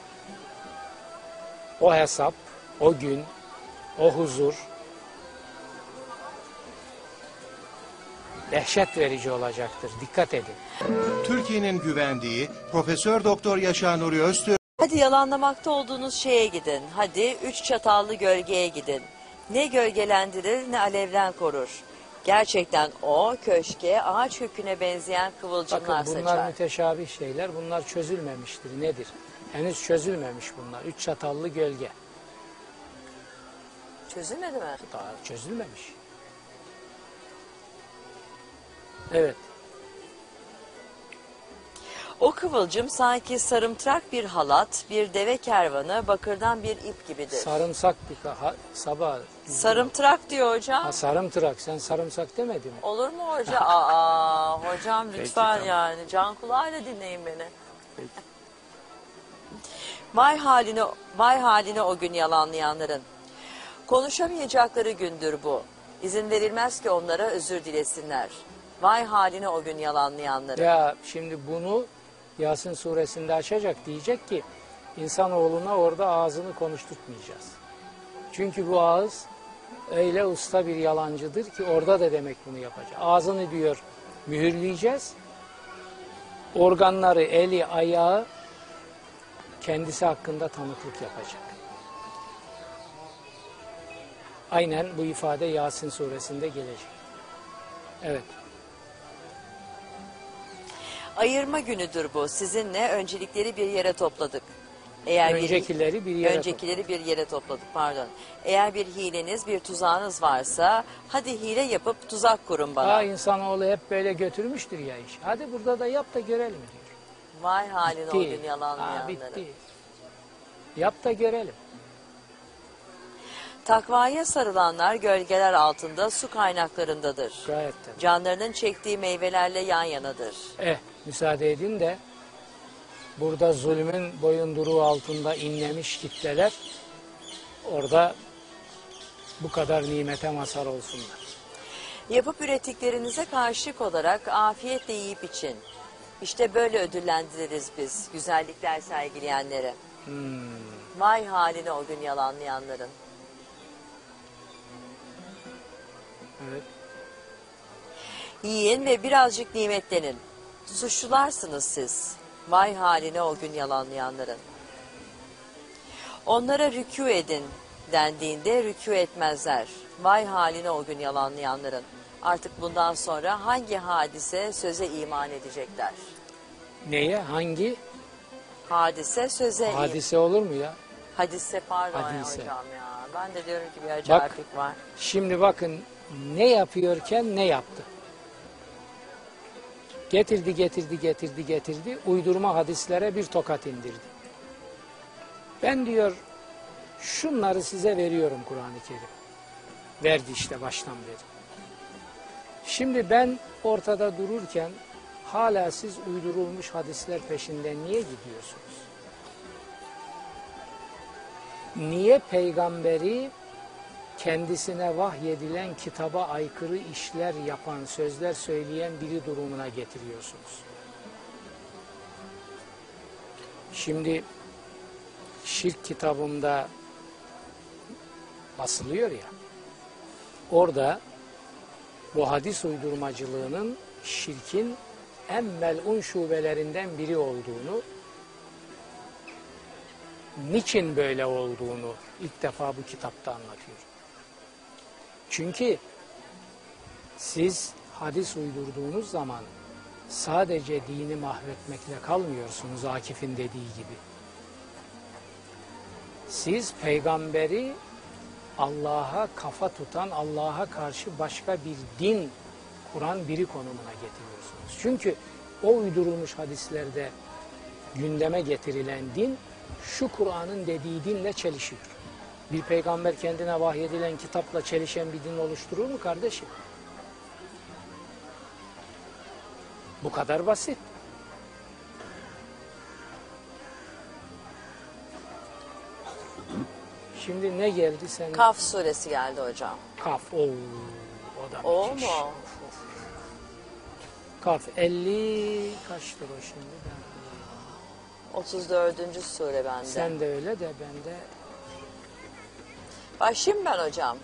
O hesap, o gün, o huzur dehşet verici olacaktır. Dikkat edin. Türkiye'nin güvendiği Profesör Doktor Yaşar Nuri Öztürk Hadi yalanlamakta olduğunuz şeye gidin. Hadi 3 çatallı gölgeye gidin. Ne gölgelendirir ne alevden korur. Gerçekten o köşke ağaç köküne benzeyen kıvılcımlar Bakın bunlar saçar. müteşabih şeyler. Bunlar çözülmemiştir. Nedir? Henüz çözülmemiş bunlar. 3 çatallı gölge. Çözülmedi mi? Daha çözülmemiş. Evet. O kıvılcım sanki sarımtırak bir halat, bir deve kervanı, bakırdan bir ip gibidir. Sarımsak sabah. Sarımtırak diyor hocam. Ha, sarımtırak. Sen sarımsak demedin mi? Olur mu hocam? Aa, hocam Peki, lütfen tamam. yani. Can kulağıyla dinleyin beni. Peki. Vay haline o gün yalanlayanların. Konuşamayacakları gündür bu. İzin verilmez ki onlara özür dilesinler. Vay haline o gün yalanlayanların. Ya şimdi bunu Yasin suresinde açacak, diyecek ki insanoğluna orada ağzını konuşturtmayacağız. Çünkü bu ağız öyle usta bir yalancıdır ki orada da demek bunu yapacak. Ağzını diyor mühürleyeceğiz. Organları, eli, ayağı kendisi hakkında tanıklık yapacak. Aynen bu ifade Yasin suresinde gelecek. Evet. Ayırma günüdür bu. Sizinle öncelikleri bir yere topladık. Eğer Öncekileri bir yere öncekileri bir yere topladık, pardon. Eğer bir hileniz, bir tuzağınız varsa hadi hile yapıp tuzak kurun bana. Ha, insanoğlu hep böyle götürmüştür ya iş. Hadi burada da yap da görelim diyor. Vay haline o gün Bitti. Ha, yalanlayanları. bitti. Yap da görelim. Takvaya sarılanlar gölgeler altında su kaynaklarındadır. Gayet tabii. Canlarının çektiği meyvelerle yan yanadır. Müsaade edin de burada zulmün boyunduruğu altında inlemiş kitleler orada bu kadar nimete mazhar olsunlar. Yapıp ürettiklerinize karşılık olarak afiyetle yiyip için. İşte böyle ödüllendiririz biz güzellikler sergileyenleri. Vay haline o gün yalanlayanların. Evet. Yiyin ve birazcık nimetlenin. Suçlularsınız siz. Vay haline o gün yalanlayanların. Onlara rükû edin dendiğinde rükû etmezler. Vay haline o gün yalanlayanların. Artık bundan sonra hangi hadise söze iman edecekler? Neye? Hangi? Hadise söze Hadise olur mu ya? Hadise pardon Hadise. ya hocam ya. Ben de diyorum ki bir acayiplik var. Şimdi bakın ne yapıyorken ne yaptı? Getirdi. Uydurma hadislere bir tokat indirdi. Ben diyor şunları size veriyorum Kur'an-ı Kerim. Verdi işte baştan beri. Şimdi ben ortada dururken hala siz uydurulmuş hadisler peşinden niye gidiyorsunuz? Niye peygamberi kendisine vahyedilen kitaba aykırı işler yapan, sözler söyleyen biri durumuna getiriyorsunuz? Şimdi şirk kitabımda basılıyor ya, orada bu hadis uydurmacılığının şirkin en melun şubelerinden biri olduğunu, niçin böyle olduğunu ilk defa bu kitapta anlatıyor. Çünkü siz hadis uydurduğunuz zaman sadece dini mahvetmekle kalmıyorsunuz Akif'in dediği gibi. Siz peygamberi Allah'a kafa tutan, Allah'a karşı başka bir din kuran biri konumuna getiriyorsunuz. Çünkü o uydurulmuş hadislerde gündeme getirilen din şu Kur'an'ın dediği dinle çelişiyor. Bir peygamber kendine vahyedilen kitapla çelişen bir din oluşturur mu kardeşim? Bu kadar basit. Şimdi ne geldi sen? Kaf suresi geldi hocam. Kaf. Oo, o da O müthiş. mu? Kaf 50 kaçtır o şimdi? 34. sure bende. Sen de öyle de ben de Başlayayım ben hocam.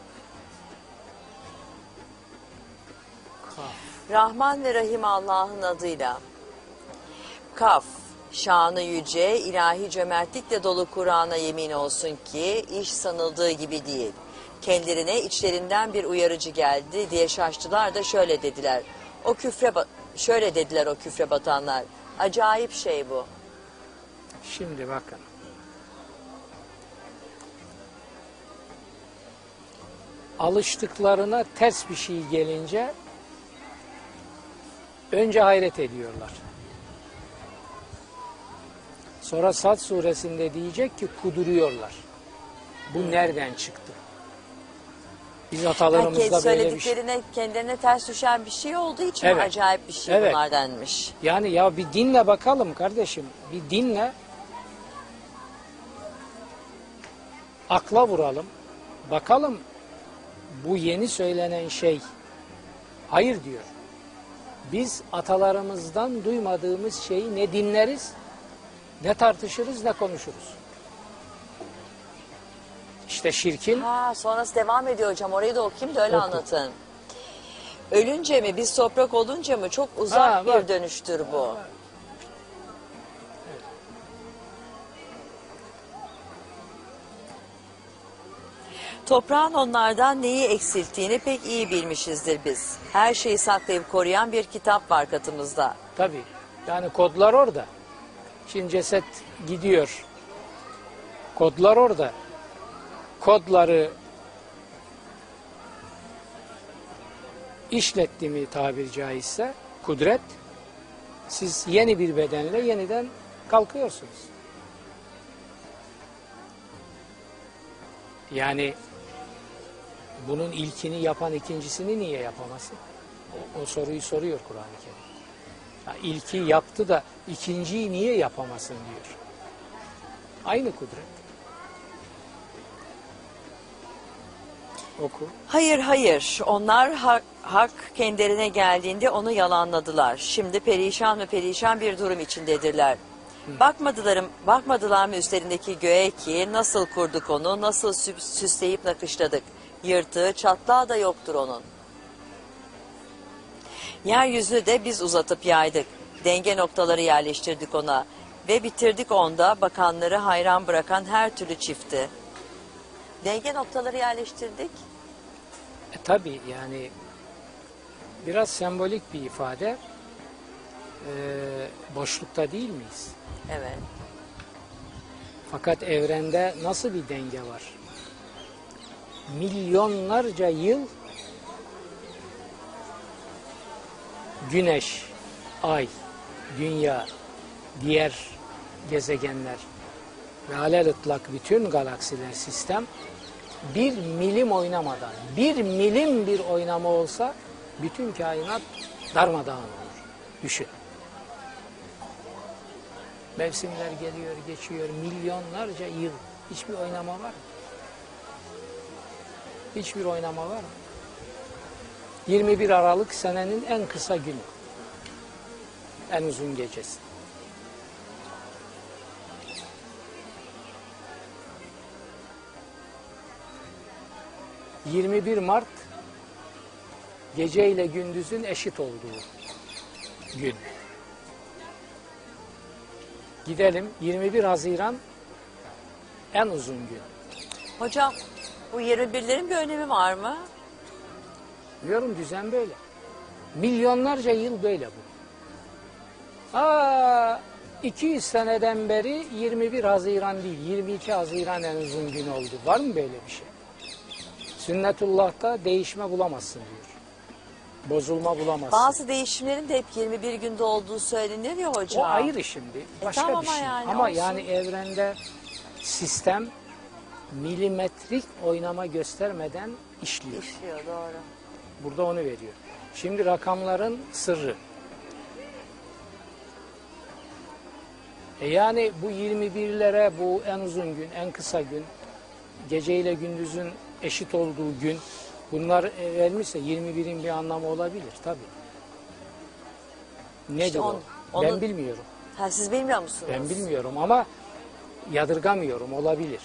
Kaf. Rahman ve Rahim Allah'ın adıyla. Kaf, şanı yüce, ilahi cömertlikle dolu Kur'an'a yemin olsun ki iş sanıldığı gibi değil. Kendilerine içlerinden bir uyarıcı geldi diye şaştılar da şöyle dediler. Şöyle dediler o küfre batanlar. Acayip şey bu. Şimdi bakın. Alıştıklarına ters bir şey gelince önce hayret ediyorlar. Sonra Sad suresinde diyecek ki kuduruyorlar. Bu nereden çıktı? Biz atalarımızda Herkes böyle bir şey. söylediklerine kendilerine ters düşen bir şey olduğu için Evet. acayip bir şey Evet. bunlar denmiş. Yani ya bir dinle bakalım kardeşim. Bir dinle. Akla vuralım. Bakalım bu yeni söylenen şey. Hayır diyor. Biz atalarımızdan duymadığımız şeyi ne dinleriz, ne tartışırız, ne konuşuruz. İşte şirkin Ha, sonrası devam ediyor hocam. Orayı da okuyayım da öyle Oku. anlatın. Ölünce mi, biz toprak olunca mı çok uzak Ha, bir bak. dönüştür bu. Toprağın onlardan neyi eksilttiğini pek iyi bilmişizdir biz. Her şeyi saklayıp koruyan bir kitap var katımızda. tabii. Yani kodlar orada. Şimdi ceset gidiyor Kodlar orada. Kodları işletti mi tabiri caizse kudret, siz yeni bir bedenle yeniden kalkıyorsunuz. Yani bunun ilkini yapan ikincisini niye yapamasın? O soruyu soruyor Kur'an-ı Kerim. Ya ilki yaptı da ikinciyi niye yapamasın diyor. Aynı kudret. Oku. Hayır hayır, onlar hak kendilerine geldiğinde onu yalanladılar. Şimdi perişan ve perişan bir durum içindedirler. Bakmadılar mı üstlerindeki göğe ki nasıl kurduk onu, nasıl süsleyip nakışladık. Yırtığı çatlağı da yoktur onun. Yeryüzünü de biz uzatıp yaydık. Denge noktaları yerleştirdik ona. Ve bitirdik onda bakanları hayran bırakan her türlü çifti. Denge noktaları yerleştirdik. Tabii yani biraz sembolik bir ifade. Boşlukta değil miyiz? Evet. Fakat evrende nasıl bir denge var? Milyonlarca yıl Güneş, Ay, Dünya, diğer gezegenler ve alelütlak bütün galaksiler, sistem bir milim oynamadan, bir milim bir oynama olsa bütün kainat darmadağın olur. Düşün. Mevsimler geliyor, geçiyor, milyonlarca yıl. Hiçbir oynama var mı? Hiçbir oynama var mı? 21 Aralık senenin en kısa günü. En uzun gecesi. ...21 Mart... ...gece ile gündüzün eşit olduğu gün. Gidelim 21 Haziran... ...en uzun gün. Hocam bu 21'lerin bir önemi var mı? Diyorum düzen böyle. Milyonlarca yıl böyle bu. 200 seneden beri 21 Haziran değil, 22 Haziran en uzun gün oldu. Var mı böyle bir şey? Sünnetullah'ta değişme bulamazsın diyor. Bozulma bulamazsın. Bazı değişimlerin de hep 21 günde olduğu söylenir ya hocam. O ayrı şimdi. Başka tamam bir şey. yani, Ama olsun. yani evrende sistem milimetrik oynama göstermeden işliyor. İşliyor, doğru. Burada onu veriyor. Şimdi rakamların sırrı. Yani bu 21'lere, bu en uzun gün, en kısa gün, gece ile gündüzün eşit olduğu gün, bunlar verilmişse 21'in bir anlamı olabilir tabii. Nedir İşte o? onu- Ben bilmiyorum. Ha, siz bilmiyor musunuz? Ben bilmiyorum ama yadırgamıyorum, olabilir.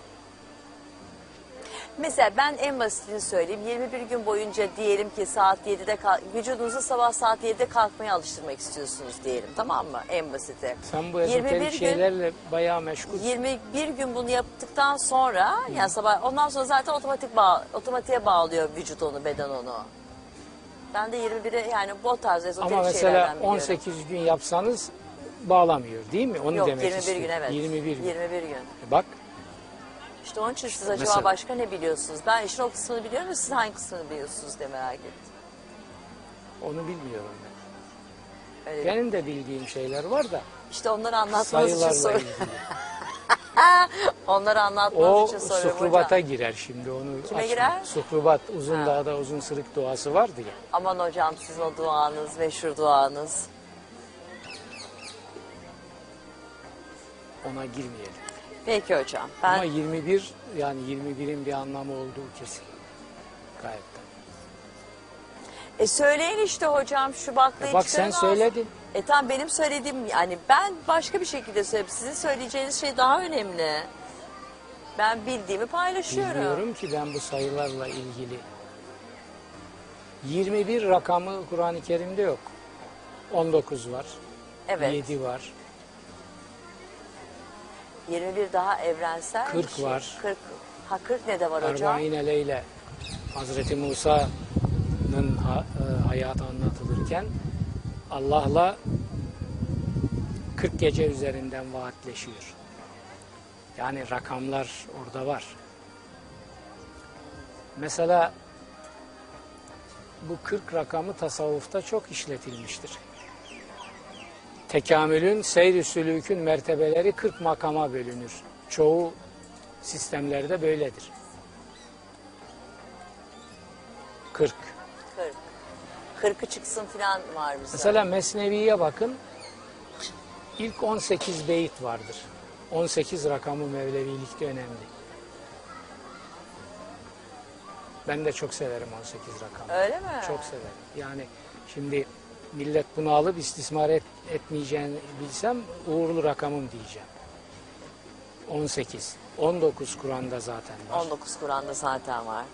Mesela ben en basitini söyleyeyim. 21 gün boyunca diyelim ki saat 7'de vücudunuzu sabah saat 7'de kalkmaya alıştırmak istiyorsunuz diyelim. Tamam mı? En basiti. Sen bu 21 ezoterik gün- şeylerle bayağı meşgul. 21 gün bunu yaptıktan sonra yani sabah ondan sonra zaten otomatiğe bağlıyor vücut onu, beden onu. Ben de 21'e yani bu tarz ezoterik Ama şeylerden mesela biliyorum. 18 gün yapsanız bağlamıyor değil mi? Onu Yok, demek 21 istiyorum. gün evet. 21 gün. 21 gün. Bak İşte onun için siz acaba Mesela- başka ne biliyorsunuz? Ben işin o kısmını biliyorum da siz hangi kısmını biliyorsunuz diye merak ettim. onu bilmiyorum ben. Öyle Benim de bildiğim şeyler var da İşte onları anlatmanız için sayılarla soruyorum. ilgili. Onları anlatmanız O için soruyorum suhrubata hocam. girer şimdi onu Kime açma. girer? Suhrubat, uzun Ha. dağda uzun sırık duası vardı ya. Aman hocam sizin o duanız, meşhur duanız. Ona girmeyelim. Peki hocam. Ama Ben 21 yani 21'in bir anlamı olduğu kesin. Gayet tabii. Söyleyin işte hocam Şubat'ta Bak sen söyledin. Tamam benim söylediğim yani ben başka bir şekilde söyleyeyim. Sizin söyleyeceğiniz şey daha önemli. Ben bildiğimi paylaşıyorum. Bilmiyorum ki ben bu sayılarla ilgili. 21 rakamı Kur'an-ı Kerim'de yok. 19 var. Evet. 7 var. 21 daha evrensel 40 bir şey. var. 40 ne de var hocam? Arbaine Leyle. Hazreti Musa'nın hayatı anlatılırken Allah'la 40 gece üzerinden vaatleşiyor. Yani rakamlar orada var. Mesela bu 40 rakamı tasavvufta çok işletilmiştir. Tekamülün, seyr-i sülûkün mertebeleri 40 makama bölünür. Çoğu sistemlerde böyledir. 40. 40'ı çıksın falan var bizde. Mesela Mesnevi'ye bakın. İlk 18 beyit vardır. 18 rakamı Mevlevilikte önemli. Ben de çok severim 18 rakamı. Öyle mi? Çok severim. Yani şimdi millet bunu alıp istismar etmeyeceğini bilsem uğurlu rakamım diyeceğim. 18. 19 Kur'an'da zaten var. 19 Kur'an'da zaten var.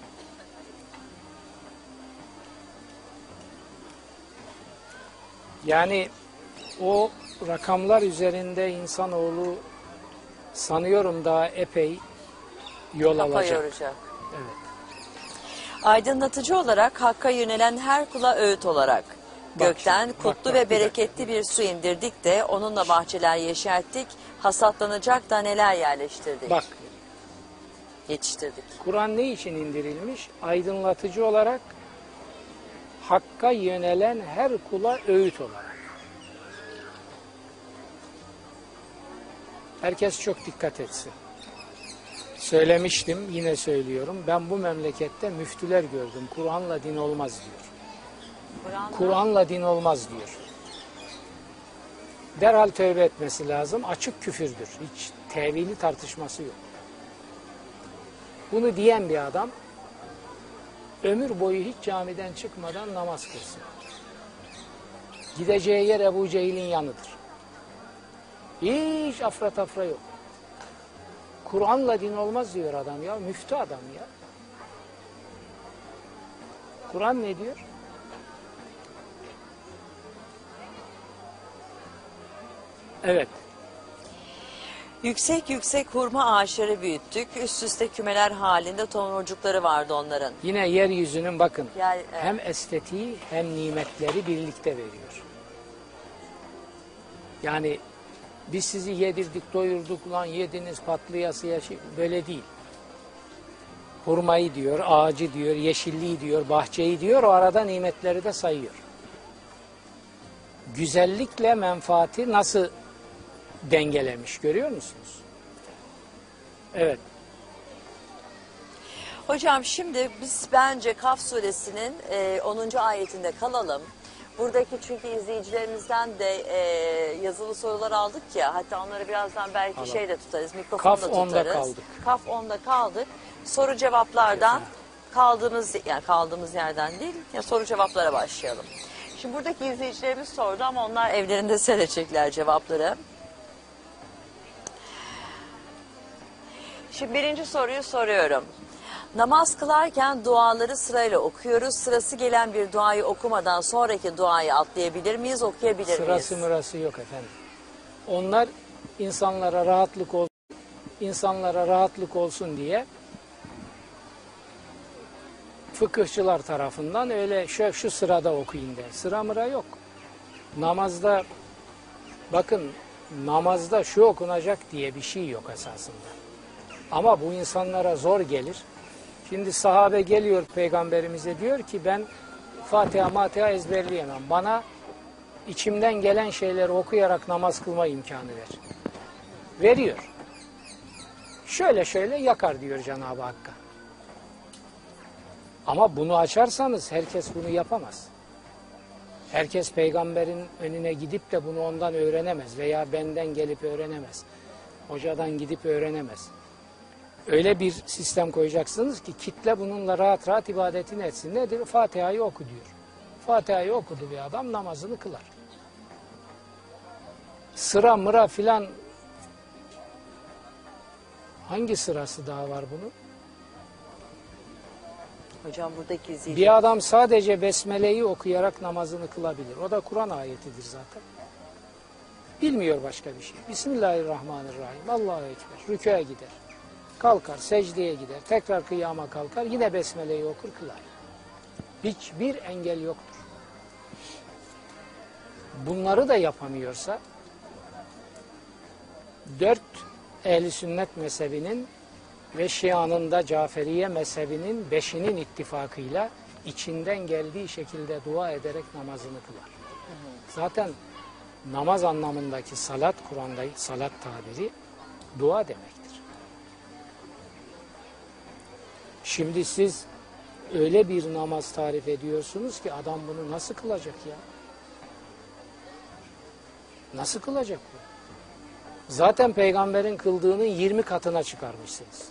Yani o rakamlar üzerinde insanoğlu sanıyorum daha epey yol Kafa alacak. yoracak. Evet. Aydınlatıcı olarak Hakk'a yönelen her kula öğüt olarak. Gökten şimdi, kutlu bak, ve bir dakika. bereketli bir su indirdik de onunla bahçeler yeşerttik. Hasatlanacak da neler yerleştirdik. Bak, Yetiştirdik. Kur'an ne için indirilmiş? Aydınlatıcı olarak, Hakk'a yönelen her kula öğüt olarak. Herkes çok dikkat etsin. Söylemiştim, yine söylüyorum. Ben bu memlekette müftüler gördüm. Kur'an'la din olmaz diyor. Kur'an'la din olmaz diyor. Derhal tövbe etmesi lazım. Açık küfürdür. Hiç tevili tartışması yok. Bunu diyen bir adam ömür boyu hiç camiden çıkmadan namaz kılsın. Gideceği yer Ebu Cehil'in yanıdır. Hiç afra tafra yok. Kur'an'la din olmaz diyor adam ya. Müftü adam ya. Kur'an ne diyor? Evet. Yüksek yüksek hurma ağaçları büyüttük. Üst üste kümeler halinde tomurcukları vardı onların. Yine yeryüzünün bakın Evet. hem estetiği hem nimetleri birlikte veriyor. Yani biz sizi yedirdik, doyurduk, ulan yediniz patlayasıya böyle değil. Hurmayı diyor, ağacı diyor, yeşilliği diyor, bahçeyi diyor, o arada nimetleri de sayıyor. Güzellikle menfaati nasıl dengelemiş görüyor musunuz? Evet. Hocam şimdi biz bence Kaf suresinin 10. ayetinde kalalım. Buradaki çünkü izleyicilerimizden de yazılı sorular aldık ya. Hatta onları birazdan belki Alalım. şeyde tutarız, mikrofonda Kaf tutarız. 10'da kaldık. Kaf 10'da kaldık. Soru cevaplardan kaldığımız yerden değil, ya soru cevaplara başlayalım. Şimdi buradaki izleyicilerimiz sordu ama onlar evlerinde seyredecekler cevapları. Şimdi birinci soruyu soruyorum. Namaz kılarken duaları sırayla okuyoruz. Sırası gelen bir duayı okumadan sonraki duayı atlayabilir miyiz, okuyabilir miyiz? Sırası mırası yok efendim. Onlar insanlara rahatlık olsun diye fıkıhçılar tarafından öyle şu sırada okuyun der. Sıra mıra yok. Namazda bakın namazda şu okunacak diye bir şey yok esasında. Ama bu insanlara zor gelir. Şimdi sahabe geliyor peygamberimize diyor ki ben Fatiha ezberleyemem. Bana içimden gelen şeyleri okuyarak namaz kılma imkanı ver. Veriyor. Şöyle yakar diyor Cenab-ı Hakk'a. Ama bunu açarsanız herkes bunu yapamaz. Herkes peygamberin önüne gidip de bunu ondan öğrenemez veya benden gelip öğrenemez. Hocadan gidip öğrenemez. Öyle bir sistem koyacaksınız ki kitle bununla rahat rahat ibadetini etsin. Nedir? Fatiha'yı oku diyor. Fatiha'yı okudu bir adam namazını kılar. Sıra mıra filan hangi sırası daha var bunun? Hocam buradaki izleyici. Bir adam sadece Besmele'yi okuyarak namazını kılabilir. O da Kur'an ayetidir zaten. Bilmiyor başka bir şey. Bismillahirrahmanirrahim. Allahu Ekber. Rükûa gider. Kalkar, secdeye gider. Tekrar kıyama kalkar. Yine Besmele'yi okur, kılar. Hiçbir engel yoktur. Bunları da yapamıyorsa 4 Ehl-i Sünnet mezhebinin ve Şia'nın da Caferiye mezhebinin 5'inin ittifakıyla içinden geldiği şekilde dua ederek namazını kılar. Zaten namaz anlamındaki salat, Kur'an'da salat tabiri dua demektir. Şimdi siz öyle bir namaz tarif ediyorsunuz ki adam bunu nasıl kılacak ya? Nasıl kılacak bu? Zaten peygamberin kıldığının 20 katına çıkarmışsınız.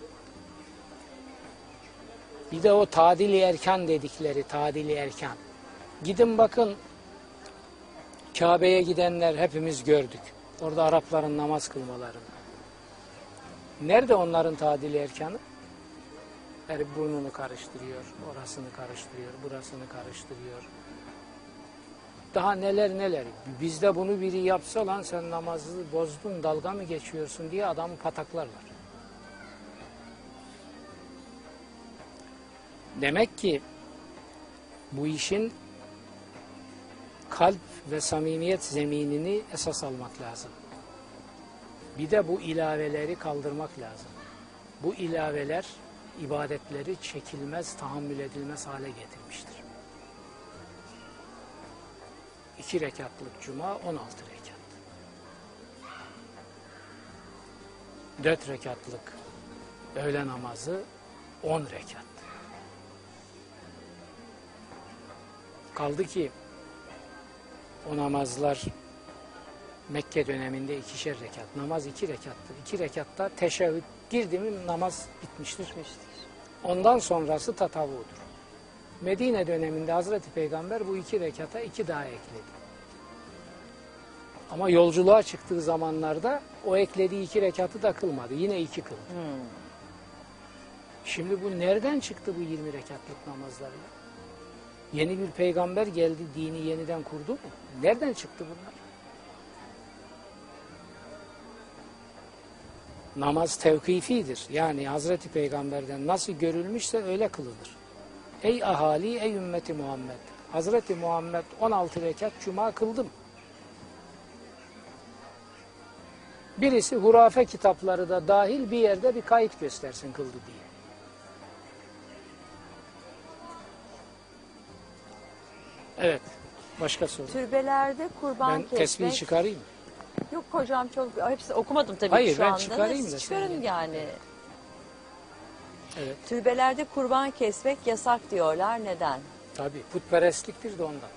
Bir de o tadil-i erkan dedikleri tadil-i erkan. Gidin bakın, Kabe'ye gidenler hepimiz gördük. Orada Arapların namaz kılmalarını. Nerede onların tadil-i erkanı? Her burnunu karıştırıyor, orasını karıştırıyor, burasını karıştırıyor. Daha neler neler. Bizde bunu biri yapsa, lan sen namazı bozdun, dalga mı geçiyorsun diye adamı pataklarlar. Demek ki bu işin kalp ve samimiyet zeminini esas almak lazım. Bir de bu ilaveleri kaldırmak lazım. Bu ilaveler ibadetleri çekilmez, tahammül edilmez hale getirmiştir. 2 rekatlık cuma 16 rekat. 4 rekatlık öğle namazı 10 rekat. Kaldı ki o namazlar Mekke döneminde 2'şer rekat. Namaz 2 rekattır. 2 rekatta teşehhüd girdi mi namaz bitmiştir. Ondan sonrası tatavudur. Medine döneminde Hazreti Peygamber bu 2 rekata 2 daha ekledi. Ama yolculuğa çıktığı zamanlarda o eklediği 2 rekatı da kılmadı. Yine 2 kıldı. Şimdi bu nereden çıktı bu 20 rekatlık namazlarla? Yeni bir peygamber geldi, dini yeniden kurdu mu? Nereden çıktı bunlar? Namaz tevkifidir. Yani Hazreti Peygamber'den nasıl görülmüşse öyle kılınır. Ey ahali, ey ümmeti Muhammed. Hazreti Muhammed 16 rekat cuma kıldım. Birisi hurafe kitapları da dahil bir yerde bir kayıt göstersin kıldı diye. Evet. Başka soru. Türbelerde kurban Ben kesmek... tesbihi çıkarayım. Yok hocam, çok hepsini okumadım tabii Hayır, şu ben anda. çıkarayım Siz da çıkarın sen yani. Evet. Türbelerde kurban kesmek yasak diyorlar. Neden? Tabii. Putperestliktir de ondan.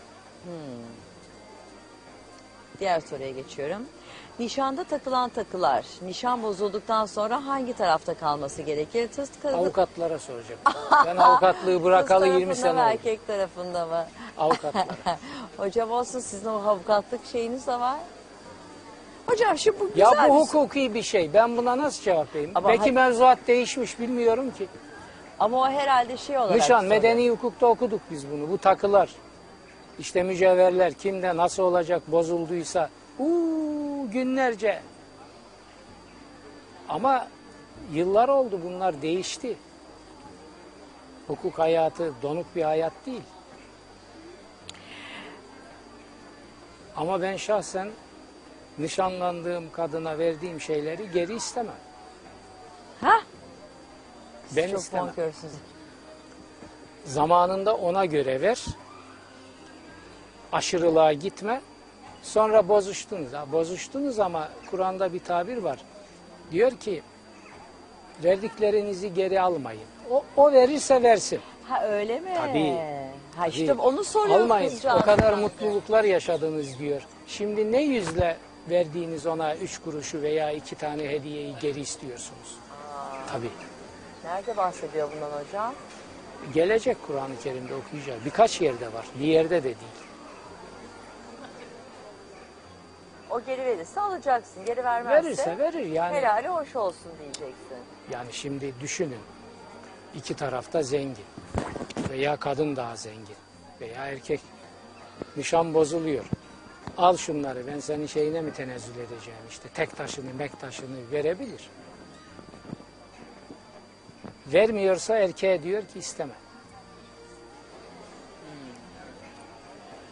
Diğer soruya geçiyorum. Nişanda takılan takılar, nişan bozulduktan sonra hangi tarafta kalması gerekir? Avukatlara soracağım. Ben avukatlığı bırakalı 20 sene mı, oldu. erkek tarafında mı? Avukatlara. Hocam olsun, sizin o avukatlık şeyiniz de var. Hocam şu bu güzel Ya bu bir- hukuki bir şey. Ben buna nasıl cevap vereyim? Ama Belki mevzuat değişmiş, bilmiyorum ki. Ama o herhalde şey olarak Nişan, soruyor. medeni hukukta okuduk biz bunu. Bu takılar, işte mücevherler kimde nasıl olacak, bozulduysa günlerce. Ama yıllar oldu, bunlar değişti. Hukuk hayatı donuk bir hayat değil. Ama ben şahsen nişanlandığım kadına verdiğim şeyleri geri istemem. Ha? Ben Çok istemem. bonkörsünüz. Zamanında ona göre ver. Aşırılığa gitme. Sonra bozuştunuz. Ha, bozuştunuz ama Kur'an'da bir tabir var. Diyor ki verdiklerinizi geri almayın. O verirse versin. Ha öyle mi? Tabii. Ha işte Tabii. onu soruyor Almayın. kızcağız. O kadar mutluluklar yaşadınız diyor. Şimdi ne yüzle verdiğiniz ona 3 kuruşu veya 2 tane hediyeyi geri istiyorsunuz? Tabii. Nerede bahsediyor bundan hocam? Gelecek Kur'an-ı Kerim'de okuyacağız. Birkaç yerde var. Bir yerde de değil. O geri verirse alacaksın. Geri vermezse Verirse verir yani. helali hoş olsun diyeceksin. Yani şimdi düşünün. İki tarafta zengin. Veya kadın daha zengin. Veya erkek. Nişan bozuluyor. Al şunları, ben senin şeyine mi tenezzül edeceğim, işte tek taşını, mek taşını verebilir. Vermiyorsa erkeğe diyor ki isteme.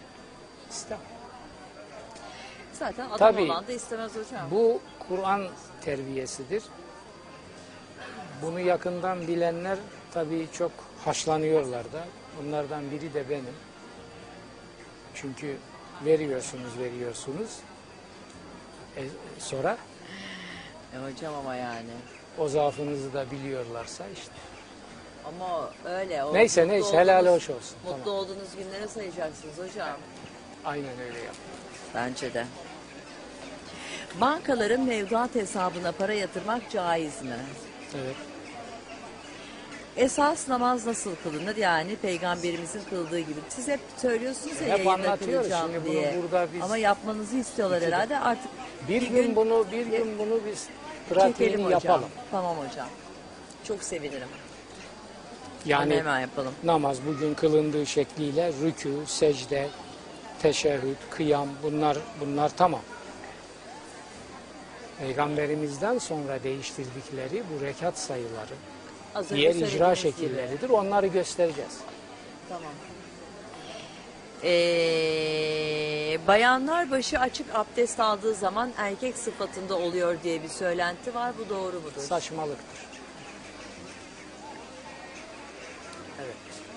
İsteme. Zaten adam Tabii. olan da istemez hocam. Bu Kur'an terbiyesidir. Bunu yakından bilenler tabii çok haşlanıyorlar da. Bunlardan biri de benim. Çünkü veriyorsunuz. Sonra Hocam ama yani. o zaafınızı da biliyorlarsa işte. Ama öyle. O Neyse mutlu helal olduğunuz- hoş olsun. Mutlu Tamam. olduğunuz günlere sayacaksınız hocam. Aynen öyle yap. Bence de. Bankaların mevduat hesabına para yatırmak caiz mi? Evet. Esas namaz nasıl kılınır? Yani peygamberimizin kıldığı gibi. Siz hep söylüyorsunuz ya Hep yayında anlatıyoruz. kılacağım Şimdi bunu diye. burada biz- Ama yapmanızı istiyorlar herhalde. Artık Bir gün bunu biz pratiğini çekelim hocam. yapalım. Tamam hocam. Çok sevinirim. Yani Hemen yapalım. namaz bugün kılındığı şekliyle rükû, secde, teşehhüd, kıyam bunlar tamam. Peygamberimizden sonra değiştirdikleri bu rekat sayıları, Az önce diğer icra söylediğiniz gibi. şekilleridir. Onları göstereceğiz. Tamam. Bayanlar başı açık abdest aldığı zaman erkek sıfatında oluyor diye bir söylenti var. Bu doğru mudur? Saçmalıktır. Evet.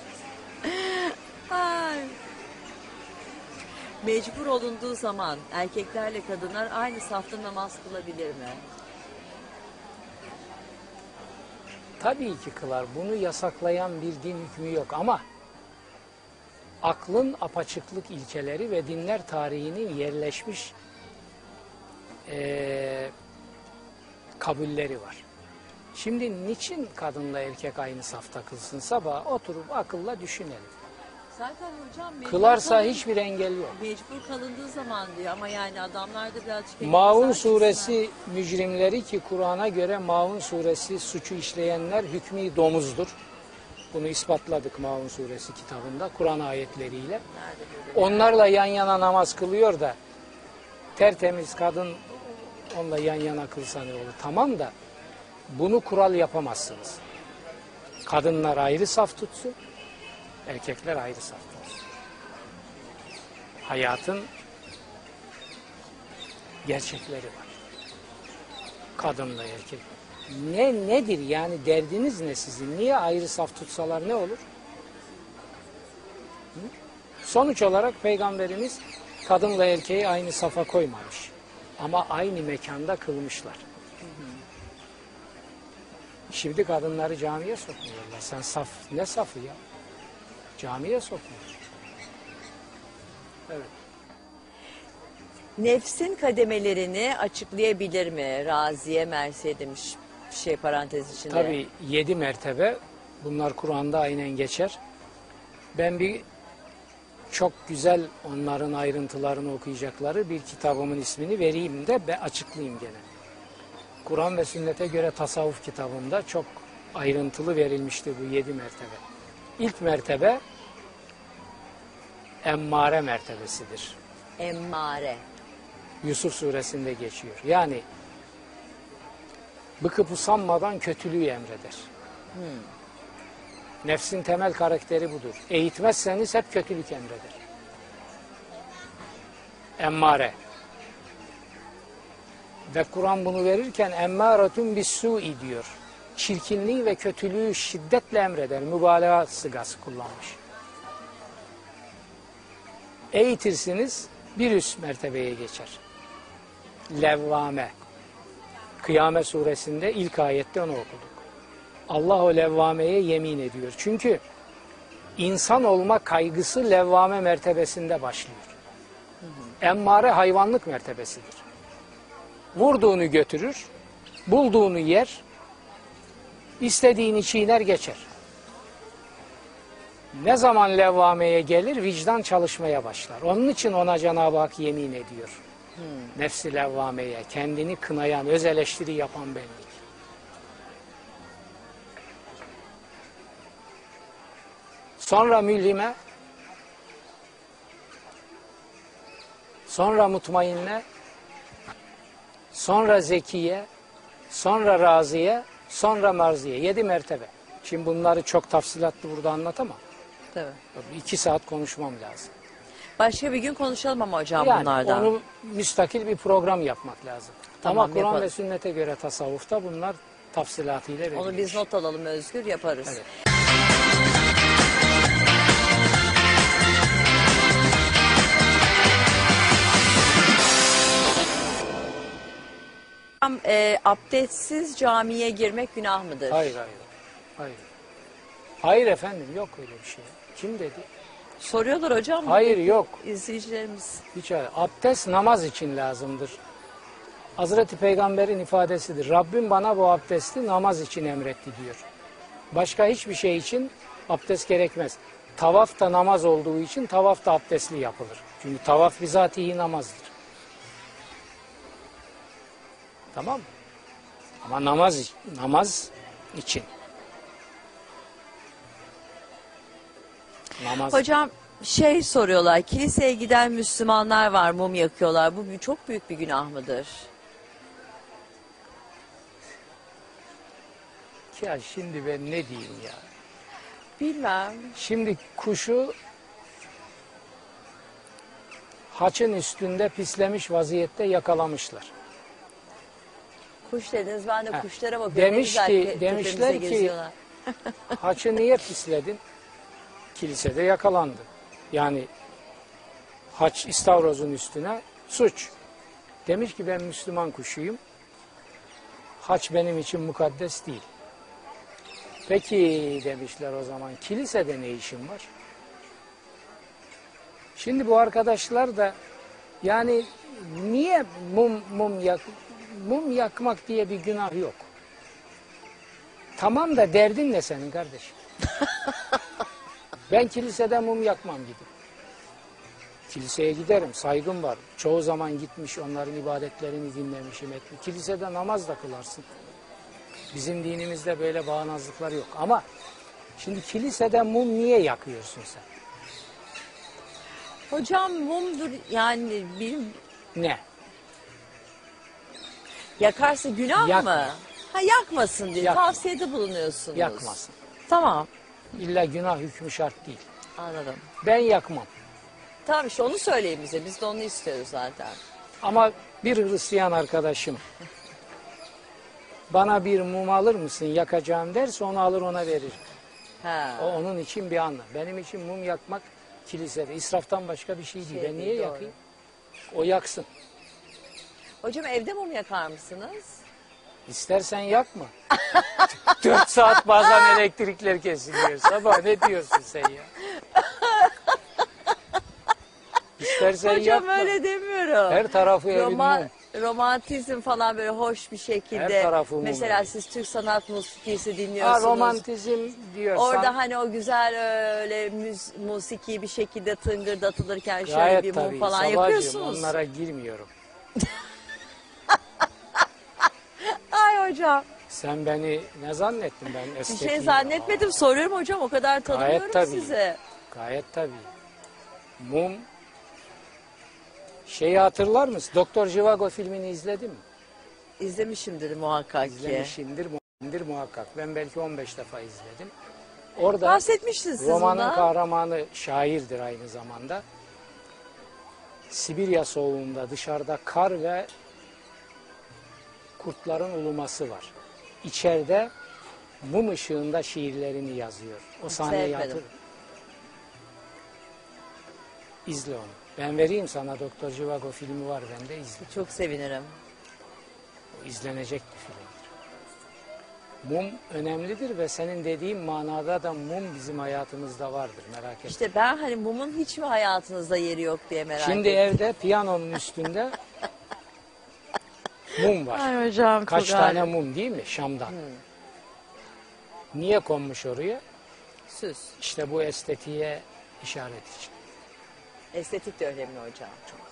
Ay. Mecbur olunduğu zaman erkeklerle kadınlar aynı safta namaz kılabilir mi? Tabii ki kılar. Bunu yasaklayan bir din hükmü yok ama aklın apaçıklık ilkeleri ve dinler tarihinin yerleşmiş kabulleri var. Şimdi niçin kadınla erkek aynı safta kılsın? Sabah oturup akılla düşünelim. Zaten hocam mecbur Kılarsa kalın- hiçbir engel yok. mecbur kalındığı zaman diyor ama yani adamlar da birazcık Maun elini suresi mücrimleri ki Kur'an'a göre Maun suresi suçu işleyenler hükmü domuzdur. Bunu ispatladık Maun suresi kitabında Kur'an ayetleriyle. Onlarla yan yana namaz kılıyor da tertemiz kadın onunla yan yana kılsa ne olur? Tamam da bunu kural yapamazsınız. Kadınlar ayrı saf tutsun, erkekler ayrı saf tutsun. Hayatın gerçekleri var. Kadınla erkek. Nedir yani derdiniz ne sizin? Niye ayrı saf tutsalar ne olur? Hı? Sonuç olarak Peygamberimiz kadınla erkeği aynı safa koymamış. Ama aynı mekanda kılmışlar. Şimdi kadınları camiye sokmuyorlar. Sen saf, ne safı ya? Camiye sokmuyor. Evet. Nefsin kademelerini açıklayabilir mi? Raziye Mersiye demiş parantez içinde. Tabii 7 mertebe. Bunlar Kur'an'da aynen geçer. Ben çok güzel onların ayrıntılarını okuyacakları bir kitabımın ismini vereyim de açıklayayım gene. Kur'an ve sünnete göre tasavvuf kitabında çok ayrıntılı verilmişti bu 7 mertebe. İlk mertebe emmare mertebesidir. Emmare. Yusuf suresinde geçiyor. Yani bıkıp usanmadan kötülüğü emreder. Nefsin temel karakteri budur. Eğitmezseniz hep kötülük emreder. Emmare. Ve Kur'an bunu verirken emmâretun bis-sû'i diyor. Çirkinliği ve kötülüğü şiddetle emreder. Mübalağa sigası kullanmış. Eğitirsiniz bir üst mertebeye geçer. Levvame. Kıyamet suresinde ilk ayette onu okuduk. Allah o levvameye yemin ediyor. Çünkü insan olma kaygısı levvame mertebesinde başlıyor. Emmare hayvanlık mertebesidir. Vurduğunu götürür, bulduğunu yer, istediğini çiğner geçer. Ne zaman levvameye gelir, vicdan çalışmaya başlar. Onun için ona Cenab-ı Hak yemin ediyor. Nefsi levvameye, kendini kınayan, öz eleştiri yapan benlik. Sonra mülhime, sonra mutmainne, sonra zekiye, sonra raziye, sonra marziye. 7 mertebe. Şimdi bunları çok tafsilatlı burada anlatamam. Tabii. 2 saat konuşmam lazım. Başka bir gün konuşalım ama hocam Yani bunlardan. onu müstakil bir program yapmak lazım. Tamam, Ama Kur'an yapalım. ve sünnete göre tasavvufta bunlar tafsilatıyla verilmiş. Onu biz not alalım Özgür, yaparız. Evet. Hocam, abdestsiz camiye girmek günah mıdır? Hayır, hayır. Hayır. Hayır efendim, yok öyle bir şey. Kim dedi? Soruyorlar hocam. Hayır, yok. İzleyicilerimiz. Hiç hayır. Abdest namaz için lazımdır. Hazreti Peygamber'in ifadesidir. Rabbim bana bu abdesti namaz için emretti diyor. Başka hiçbir şey için abdest gerekmez. Tavaf da namaz olduğu için tavaf da abdestli yapılır. Çünkü tavaf bizatihi namazdır. Tamam mı? Ama namaz için. Namaz. Hocam soruyorlar, kiliseye giden Müslümanlar var, mum yakıyorlar. Bu çok büyük bir günah mıdır? Ya şimdi ben ne diyeyim ya? Bilmem. Şimdi kuşu haçın üstünde pislemiş vaziyette yakalamışlar. Kuş dediniz, ben de Ha. kuşlara bakıyorum. Ne güzel Demişler tepemizde ki geziyorlar. haçı niye pisledin? Kilisede yakalandı. Yani haç istavrozun üstüne suç. Demiş ki ben Müslüman kuşuyum. Haç benim için mukaddes değil. Peki demişler o zaman kilisede ne işin var? Şimdi bu arkadaşlar da yani niye mum yakmak diye bir günah yok. Tamam da derdin ne senin kardeşim? Ben kilisede mum yakmam gidip. Kiliseye giderim, saygım var. Çoğu zaman gitmiş, onların ibadetlerini dinlemişim. Kilisede namaz da kılarsın. Bizim dinimizde böyle bağnazlıklar yok. Ama şimdi kilisede mum niye yakıyorsun sen? Hocam mumdur yani Ne? yakarsa günah Yakma. mı? Ha, yakmasın diye Yakma. tavsiyede bulunuyorsunuz. Yakmasın. Tamam, İlla günah hükmü şart değil. anladım. Ben yakmam. Tamam, işte onu söyleyin bize, biz de onu istiyoruz zaten. Ama bir Hristiyan arkadaşım bana bir mum alır mısın yakacağım derse onu alır ona verir. Ha. O onun için bir anlam. Benim için mum yakmak kilisede israftan başka bir şey değil. Ben niye değil, doğru. yakayım? O yaksın. Hocam evde mum yakar mısınız? İstersen yakma. 4 saat bazen elektrikler kesiliyor. Sabah ne diyorsun sen ya? İstersen Hocam yakma. öyle demiyorum. Her tarafı evin mum. Romantizm falan böyle hoş bir şekilde. Her tarafı mum Mesela yani. siz Türk sanat musikisi Ha, dinliyorsunuz. romantizm diyorsan Orada hani o güzel öyle musiki bir şekilde tıngırdatılırken şöyle gayet bir mum tabii. falan Sabahcığım, yakıyorsunuz. onlara girmiyorum. Ay hocam, Sen beni ne zannettin ben bir estetiğim? şey zannetmedim, soruyorum hocam, o kadar tanımıyorum tabii. sizi. Gayet tabii. Mum şeyi hatırlar mısın? Doktor Zhivago filmini izledin mi? İzlemişimdir muhakkak ki. İzlemişimdir muhakkak. Ben belki 15 defa izledim. Orada Bahsetmiştiniz siz romanın bundan. kahramanı şairdir aynı zamanda. Sibirya soğuğunda dışarıda kar ve kurtların uluması var. İçeride mum ışığında şiirlerini yazıyor. O sahneyi seyretmedim. hatır. İzle onu. Ben vereyim sana, Doktor Zhivago filmi var bende, izle. Çok sevinirim. O izlenecek bir filmdir. Mum önemlidir ve senin dediğin manada da mum bizim hayatımızda vardır, merak etme. İşte ben hani mumun hiç mi hayatınızda yeri yok diye merak Şimdi ettim. evde piyanonun üstünde mum var. Ay hocam, Kaç çok tane ağır. mum değil mi Şam'dan? Niye konmuş oraya? Süs. İşte bu estetiğe işaret için. Estetik de önemli hocam.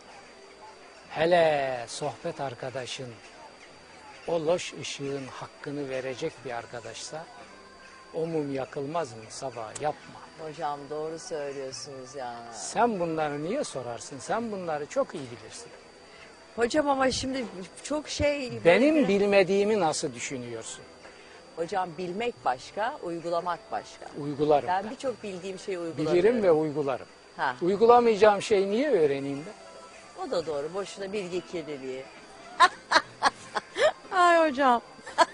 Hele sohbet arkadaşın o loş ışığın hakkını verecek bir arkadaşsa o mum yakılmaz mı sabah? Yapma. Hocam doğru söylüyorsunuz ya. Sen bunları niye sorarsın? Sen bunları çok iyi bilirsin. Hocam ama şimdi çok şey... Benim böyle- bilmediğimi nasıl düşünüyorsun? Hocam bilmek başka, uygulamak başka. Uygularım. Ben birçok bildiğim şeyi uygulamıyorum. Bilirim ve uygularım. Ha, Uygulamayacağım şeyi niye öğreneyim ben? o da doğru. Boşuna bilgi kirliliği. Ay hocam.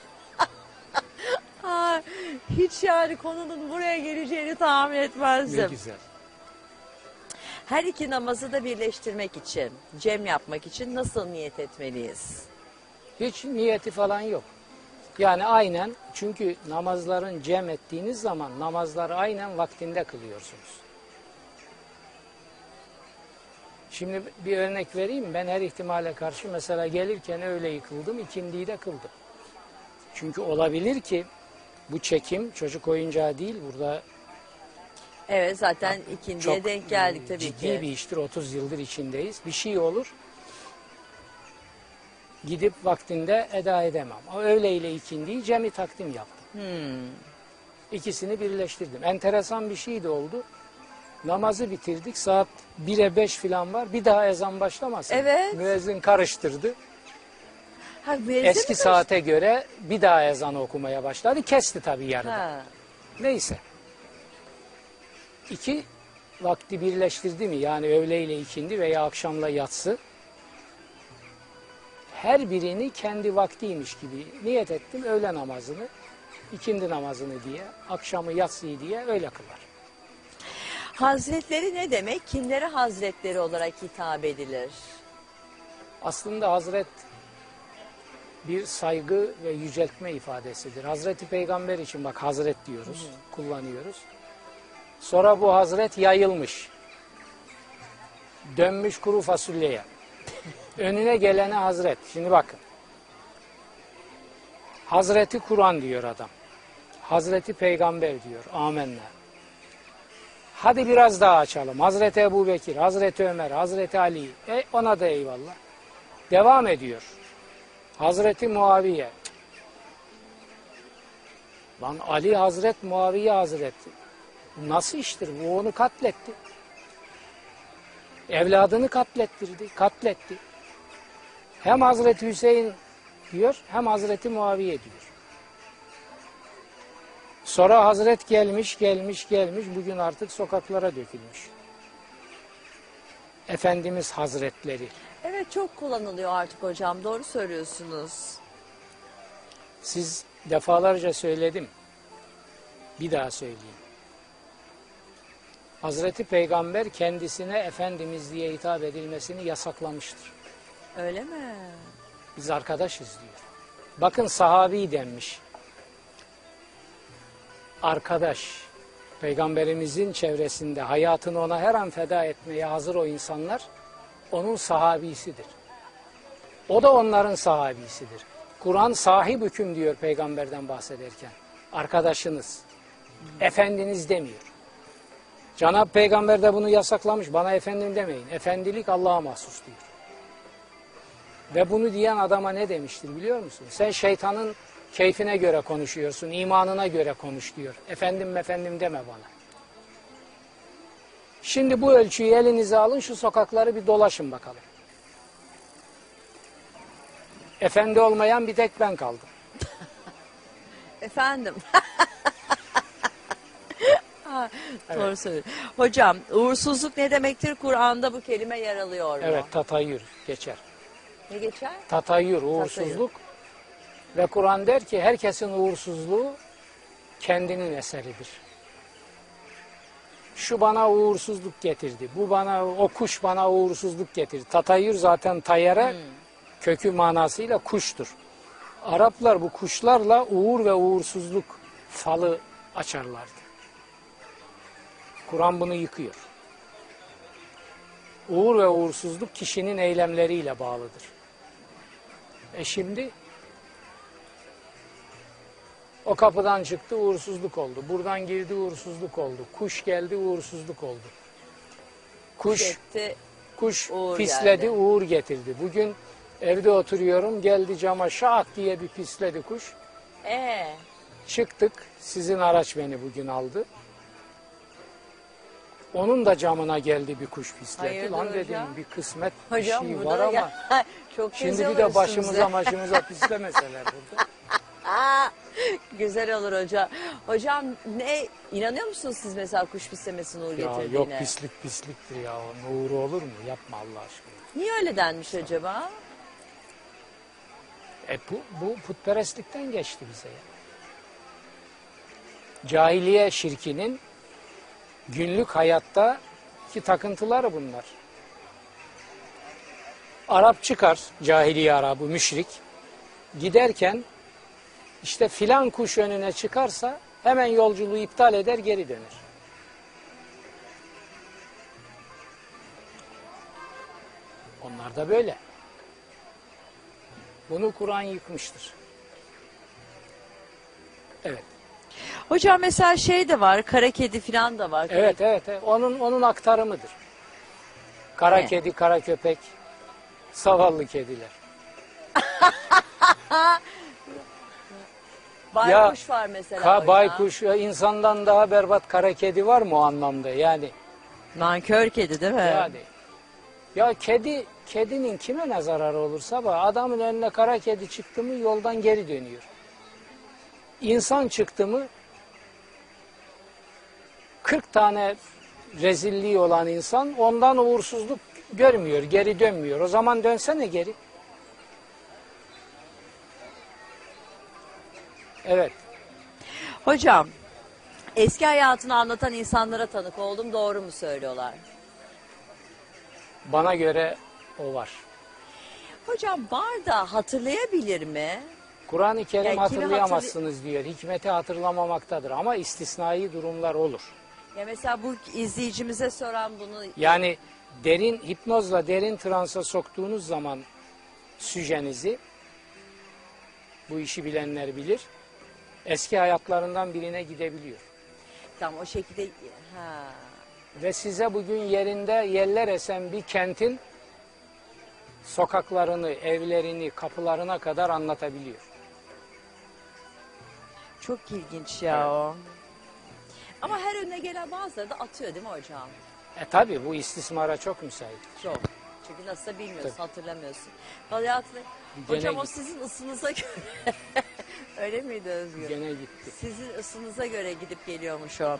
Ay, hiç yani konunun buraya geleceğini tahmin Ne etmezdim. güzel. Her iki namazı da birleştirmek için, cem yapmak için nasıl niyet etmeliyiz? Hiç niyeti falan yok. Yani aynen, çünkü namazların cem ettiğiniz zaman namazları aynen vaktinde kılıyorsunuz. Şimdi bir örnek vereyim. Ben her ihtimale karşı mesela gelirken öğleyi kıldım, ikindiyi de kıldım. Çünkü olabilir ki bu çekim çocuk oyuncağı değil, burada Evet, zaten ikindiye çok denk geldik tabii ciddi ki. bir iştir. 30 yıldır içindeyiz. Bir şey olur, gidip vaktinde eda edemem. O öğle ile ikindiyi cemi takdim yaptım. İkisini birleştirdim. Enteresan bir şey de oldu. Namazı bitirdik. Saat 1'e 5 falan var. Bir daha ezan başlamasın. Evet. Müezzin karıştırdı. Ha, müezzin Eski mi saate göre bir daha ezan okumaya başladı. Kesti tabii yarıda. Ha. Neyse. İki vakti birleştirdi mi? Yani öğle ile ikindi veya akşamla yatsı. Her birini kendi vaktiymiş gibi niyet ettim. Öğle namazını, ikindi namazını diye, akşamı yatsıyı diye öyle kılar. Hazretleri ne demek? Kimlere hazretleri olarak hitap edilir? Aslında Hazret bir saygı ve yüceltme ifadesidir. Hazreti Peygamber için bak Hazret diyoruz, kullanıyoruz. Sonra bu Hazret yayılmış. Dönmüş kuru fasulyeye. Önüne gelene Hazret. Şimdi bakın. Hazreti Kur'an diyor adam. Hazreti Peygamber diyor. Amenna. Hadi biraz daha açalım. Hazreti Ebubekir, Hazreti Ömer, Hazreti Ali. Ona da eyvallah. Devam ediyor. Hazreti Muaviye. Lan Ali Hazret, Muaviye Hazret. Bu nasıl iştir? Bu onu katletti. Evladını katletti. Hem Hazreti Hüseyin diyor, hem Hazreti Muaviye diyor. Sonra Hazret gelmiş. Bugün artık sokaklara dökülmüş. Efendimiz Hazretleri. Evet, çok kullanılıyor artık hocam. Doğru söylüyorsunuz. Siz defalarca söyledim. Bir daha söyleyeyim. Hazreti Peygamber kendisine Efendimiz diye hitap edilmesini yasaklamıştır. Öyle mi? Biz arkadaşız diyor. Bakın sahabi denmiş. Arkadaş. Peygamberimizin çevresinde hayatını ona her an feda etmeye hazır o insanlar onun sahabisidir. O da onların sahabisidir. Kur'an sahib hüküm diyor peygamberden bahsederken. Arkadaşınız, efendiniz demiyor. Cenab-ı Peygamber de bunu yasaklamış. Bana efendim demeyin. Efendilik Allah'a mahsus diyor. Ve bunu diyen adama ne demiştir biliyor musun? Sen şeytanın keyfine göre konuşuyorsun, imanına göre konuş diyor. Efendim deme bana. Şimdi bu ölçüyü elinize alın, şu sokakları bir dolaşın bakalım. Efendi olmayan bir tek ben kaldım. Efendim. Ha, doğru söylüyorsun. Hocam, uğursuzluk ne demektir? Kur'an'da bu kelime yer alıyor mu? Evet, tatayyür geçer. Ne geçer? Tatayyür, uğursuzluk. Ve Kur'an der ki herkesin uğursuzluğu kendinin eseridir. Şu bana uğursuzluk getirdi. O kuş bana uğursuzluk getirdi. Tatayyür zaten tayyare kökü manasıyla kuştur. Araplar bu kuşlarla uğur ve uğursuzluk falı açarlardı. Kur'an bunu yıkıyor. Uğur ve uğursuzluk kişinin eylemleriyle bağlıdır. Şimdi o kapıdan çıktı, uğursuzluk oldu. Buradan girdi, uğursuzluk oldu. Kuş geldi, uğursuzluk oldu. Kuş uğur pisledi, geldi. uğur getirdi. Bugün evde oturuyorum, geldi cama şak diye bir pisledi kuş. Çıktık, sizin araç beni bugün aldı. Onun da camına geldi bir kuş pisledi. Hayırdır Lan dedim hocam? bir kısmet Hocam, bir şey burada var da ama çok şimdi tez bir de alıyorsunuz başımıza pislemeseler burada. Güzel olur hocam. Hocam ne inanıyor musunuz siz mesela kuş pislemesi nur Ya getirdiğine? yok pisliktir ya. Nuru olur mu? Yapma Allah aşkına. Niye öyle denmiş acaba? Bu putperestlikten geçti bize ya. Cahiliye şirkinin günlük hayatta ki takıntıları bunlar. Arap çıkar, cahiliye Arabı, müşrik. Giderken işte filan kuş önüne çıkarsa hemen yolculuğu iptal eder, geri dönür. Onlar da böyle. Bunu Kur'an yıkmıştır. Evet. Hocam mesela şey de var, kara kedi falan da var. Evet. Onun aktarımıdır. Kara Ne? kedi, kara köpek, zavallı kediler. Baykuş var mesela hocam. Baykuş, insandan daha berbat kara kedi var mı o anlamda yani? Nankör kedi değil mi? Yani. Ya kedinin kime ne zararı olursa bak, adamın önüne kara kedi çıktı mı yoldan geri dönüyor. İnsan çıktı mı 40 tane rezilliği olan insan ondan uğursuzluk görmüyor, geri dönmüyor. O zaman dönsene geri. Evet. Hocam eski hayatını anlatan insanlara tanık oldum, doğru mu söylüyorlar? Bana göre o var. Hocam var da hatırlayabilir mi? Kur'an-ı Kerim Yani kimi hatırlayamazsınız diyor. Hikmeti hatırlamamaktadır ama istisnai durumlar olur. Ya mesela bu izleyicimize soran bunu... Yani hipnozla derin transa soktuğunuz zaman süjenizi, bu işi bilenler bilir, eski hayatlarından birine gidebiliyor. Tamam o şekilde... Ha. Ve size bugün yerler esen bir kentin sokaklarını, evlerini, kapılarına kadar anlatabiliyor. Çok ilginç ya o. Ama her önüne gelen bazıları da atıyor değil mi hocam? Tabii bu istismara çok müsait. Çok. Çünkü nasıl bilmiyorsun, Tabii. hatırlamıyorsun. Hayatlı. Gene Hocam o gitti. sizin ısınıza göre. Öyle miydi Özgür? Gene gitti. Sizin ısınıza göre gidip geliyormuş o.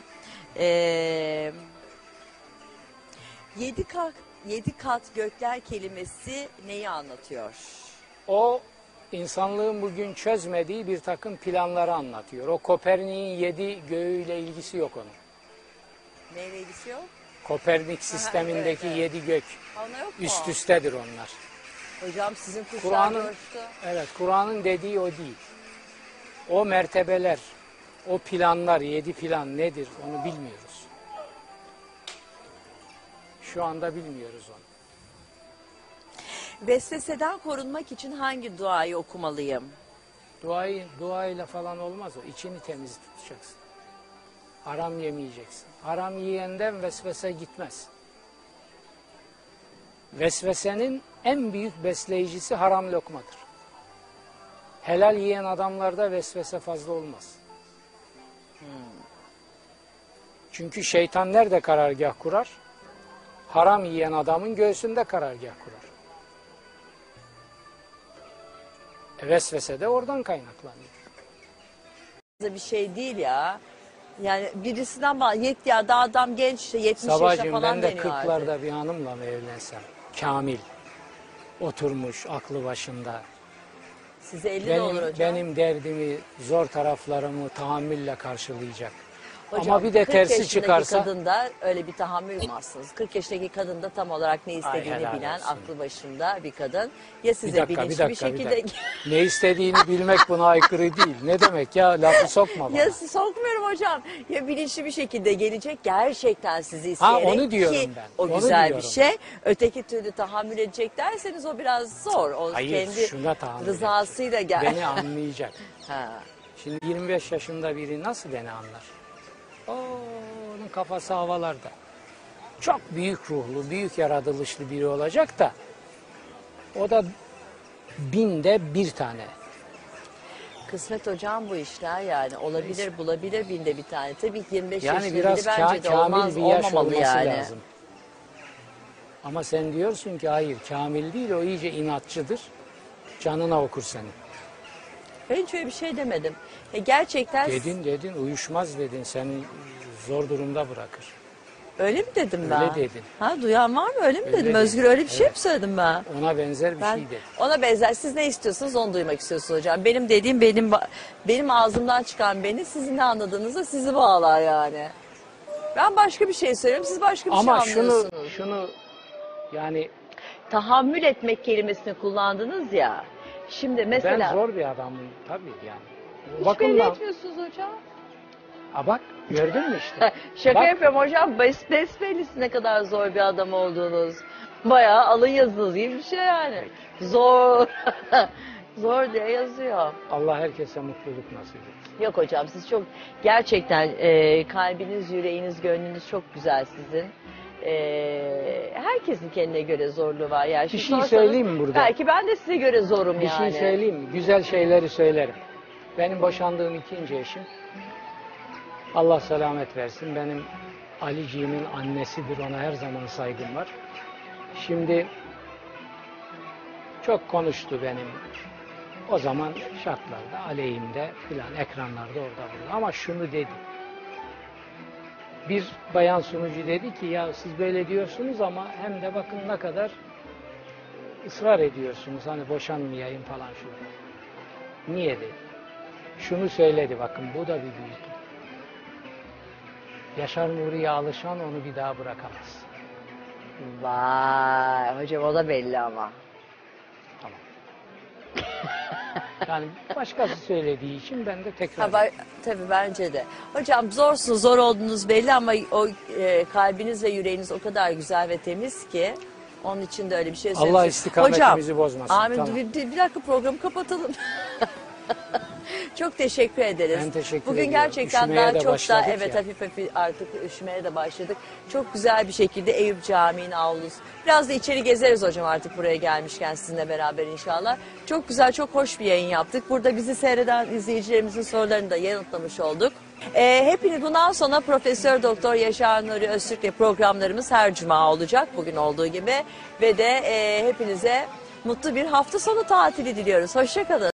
7 kat gökler kelimesi neyi anlatıyor? O insanlığın bugün çözmediği bir takım planları anlatıyor. O Kopernik'in 7 göğüyle ilgisi yok onun. Neyle ilgisi yok? Kopernik sistemindeki evet. 7 gök Ona yok mu? üst üstedir onlar. Hocam sizin kuşlar Kur'an'ın coştu. evet Kur'an'ın dediği o değil. O mertebeler, o planlar, 7 plan nedir onu bilmiyoruz. Şu anda bilmiyoruz onu. Vesveseden korunmak için hangi duayı okumalıyım? Duayla falan olmaz o. İçini temiz tutacaksın. Haram yemeyeceksin. Haram yiyenden vesvese gitmez. Vesvesenin en büyük besleyicisi haram lokmadır. Helal yiyen adamlarda vesvese fazla olmaz. Çünkü şeytan nerede karargah kurar? Haram yiyen adamın göğsünde karargah kurar. Vesvese de oradan kaynaklanıyor. Bir şey değil ya. Yani birisinden ya da adam genç işte 70 yaşında Sabahcığım falan ben de deniyor artık. 40'larda bir hanımla mı evlensem? Kamil. Oturmuş aklı başında. Size 50 de olur hocam. Benim derdimi, zor taraflarımı tahammülle karşılayacak. Hocam, Ama bir de 40 tersi yaşındaki çıkarsa... kadında öyle bir tahammül olmazsınız. 40 yaşındaki kadın da tam olarak ne istediğini helal bilen, olsun. aklı başında bir kadın. Ya size Bir dakika, bilinçli bir bir şekilde... dakika. Ne istediğini bilmek buna aykırı değil. Ne demek ya? Lafı sokma bana. Ya sokmuyorum hocam. Ya bilinçli bir şekilde gelecek gerçekten sizi isteyerek onu diyorum ki ben. o Onu güzel bir diyorum. şey. Öteki türlü tahammül edecek derseniz o biraz zor. O Hayır, kendi şuna tahammül rızasıyla gel. Beni anlayacak. Ha. Şimdi 25 yaşında biri nasıl beni anlar? Onun kafası havalarda. Çok büyük ruhlu, büyük yaratılışlı biri olacak da o da 1000'de bir tane. Kısmet hocam bu işler yani. Olabilir, bulabilir binde bir tane. Tabii ki 25 Yani yaşında biraz biri bence de kamil olmaz, bir yaş olmamalı olması yani. lazım. Ama sen diyorsun ki hayır kamil değil, o iyice inatçıdır. Canına okur seni. Ben hiç öyle bir şey demedim. Gerçekten Dedin uyuşmaz dedin, seni zor durumda bırakır. öyle mi dedim ben? Öyle dedin. Ha, duyan var mı? Öyle mi Öyle dedim? dedin. Özgür öyle bir şey mi Evet. söyledim ben? Ona benzer bir Ben şey dedin. ona benzer. Siz ne istiyorsunuz onu duymak istiyorsunuz hocam. Benim dediğim benim ağzımdan çıkan beni, sizin ne anladığınızda sizi bağlar yani. Ben başka bir şey söylüyorum, siz başka bir Ama şey anlıyorsunuz. şunu yani Tahammül etmek kelimesini kullandınız ya. Şimdi mesela ben zor bir adamım tabii yani. O hiç belli bakımdan, etmiyorsunuz hocam. ha bak gördün mü işte. Şaka Bak, yapıyorum hocam. Besbellisi ne kadar zor bir adam olduğunuz. Bayağı alın yazınız gibi bir şey yani. Zor. Zor diye yazıyor. Allah herkese mutluluk nasip etsin. Yok hocam, siz çok gerçekten kalbiniz, yüreğiniz, gönlünüz çok güzel sizin. Herkesin kendine göre zorluğu var. Yani Bir şimdi şey sorsanız, söyleyeyim mi burada? Belki ben de size göre zorum Bir yani. şey söyleyeyim mi? Güzel şeyleri söylerim. Benim boşandığım ikinci eşim, Allah selamet versin, benim Aliciğimin annesidir, ona her zaman saygım var. Şimdi çok konuştu benim o zaman şartlarda, aleyhimde filan, ekranlarda orada burada. Ama şunu dedi. Bir bayan sunucu dedi ki ya siz böyle diyorsunuz ama hem de bakın ne kadar ısrar ediyorsunuz. Hani boşanmayayım falan şurada. Niye dedi. Şunu söyledi bakın, bu da bir büyük. Yaşar Nuri'ye alışan onu bir daha bırakamaz. Vay hocam, o da belli ama. Tamam. Yani başkası söylediği için ben de tekrar Tabii bence de. Hocam zorsunuz, zor olduğunuz belli ama o kalbiniz ve yüreğiniz o kadar güzel ve temiz ki onun için de öyle bir şey Allah söylüyorsunuz. istikametimizi bozmasın. Amin. Tamam. Bir dakika, programı kapatalım. Çok teşekkür ederiz. Ben teşekkür Bugün ediyorum. gerçekten Üşümeye daha de çok daha başladık evet ya. hafif artık üşümeye de başladık. Çok güzel bir şekilde Eyüp Camii'nin avlusu. Biraz da içeri gezeriz hocam artık buraya gelmişken sizinle beraber inşallah. Çok güzel, çok hoş bir yayın yaptık. Burada bizi seyreden izleyicilerimizin sorularını da yanıtlamış olduk. Hepiniz bundan sonra Profesör Doktor Yaşar Nuri Öztürk'le programlarımız her cuma olacak bugün olduğu gibi ve de hepinize mutlu bir hafta sonu tatili diliyoruz. Hoşça kalın.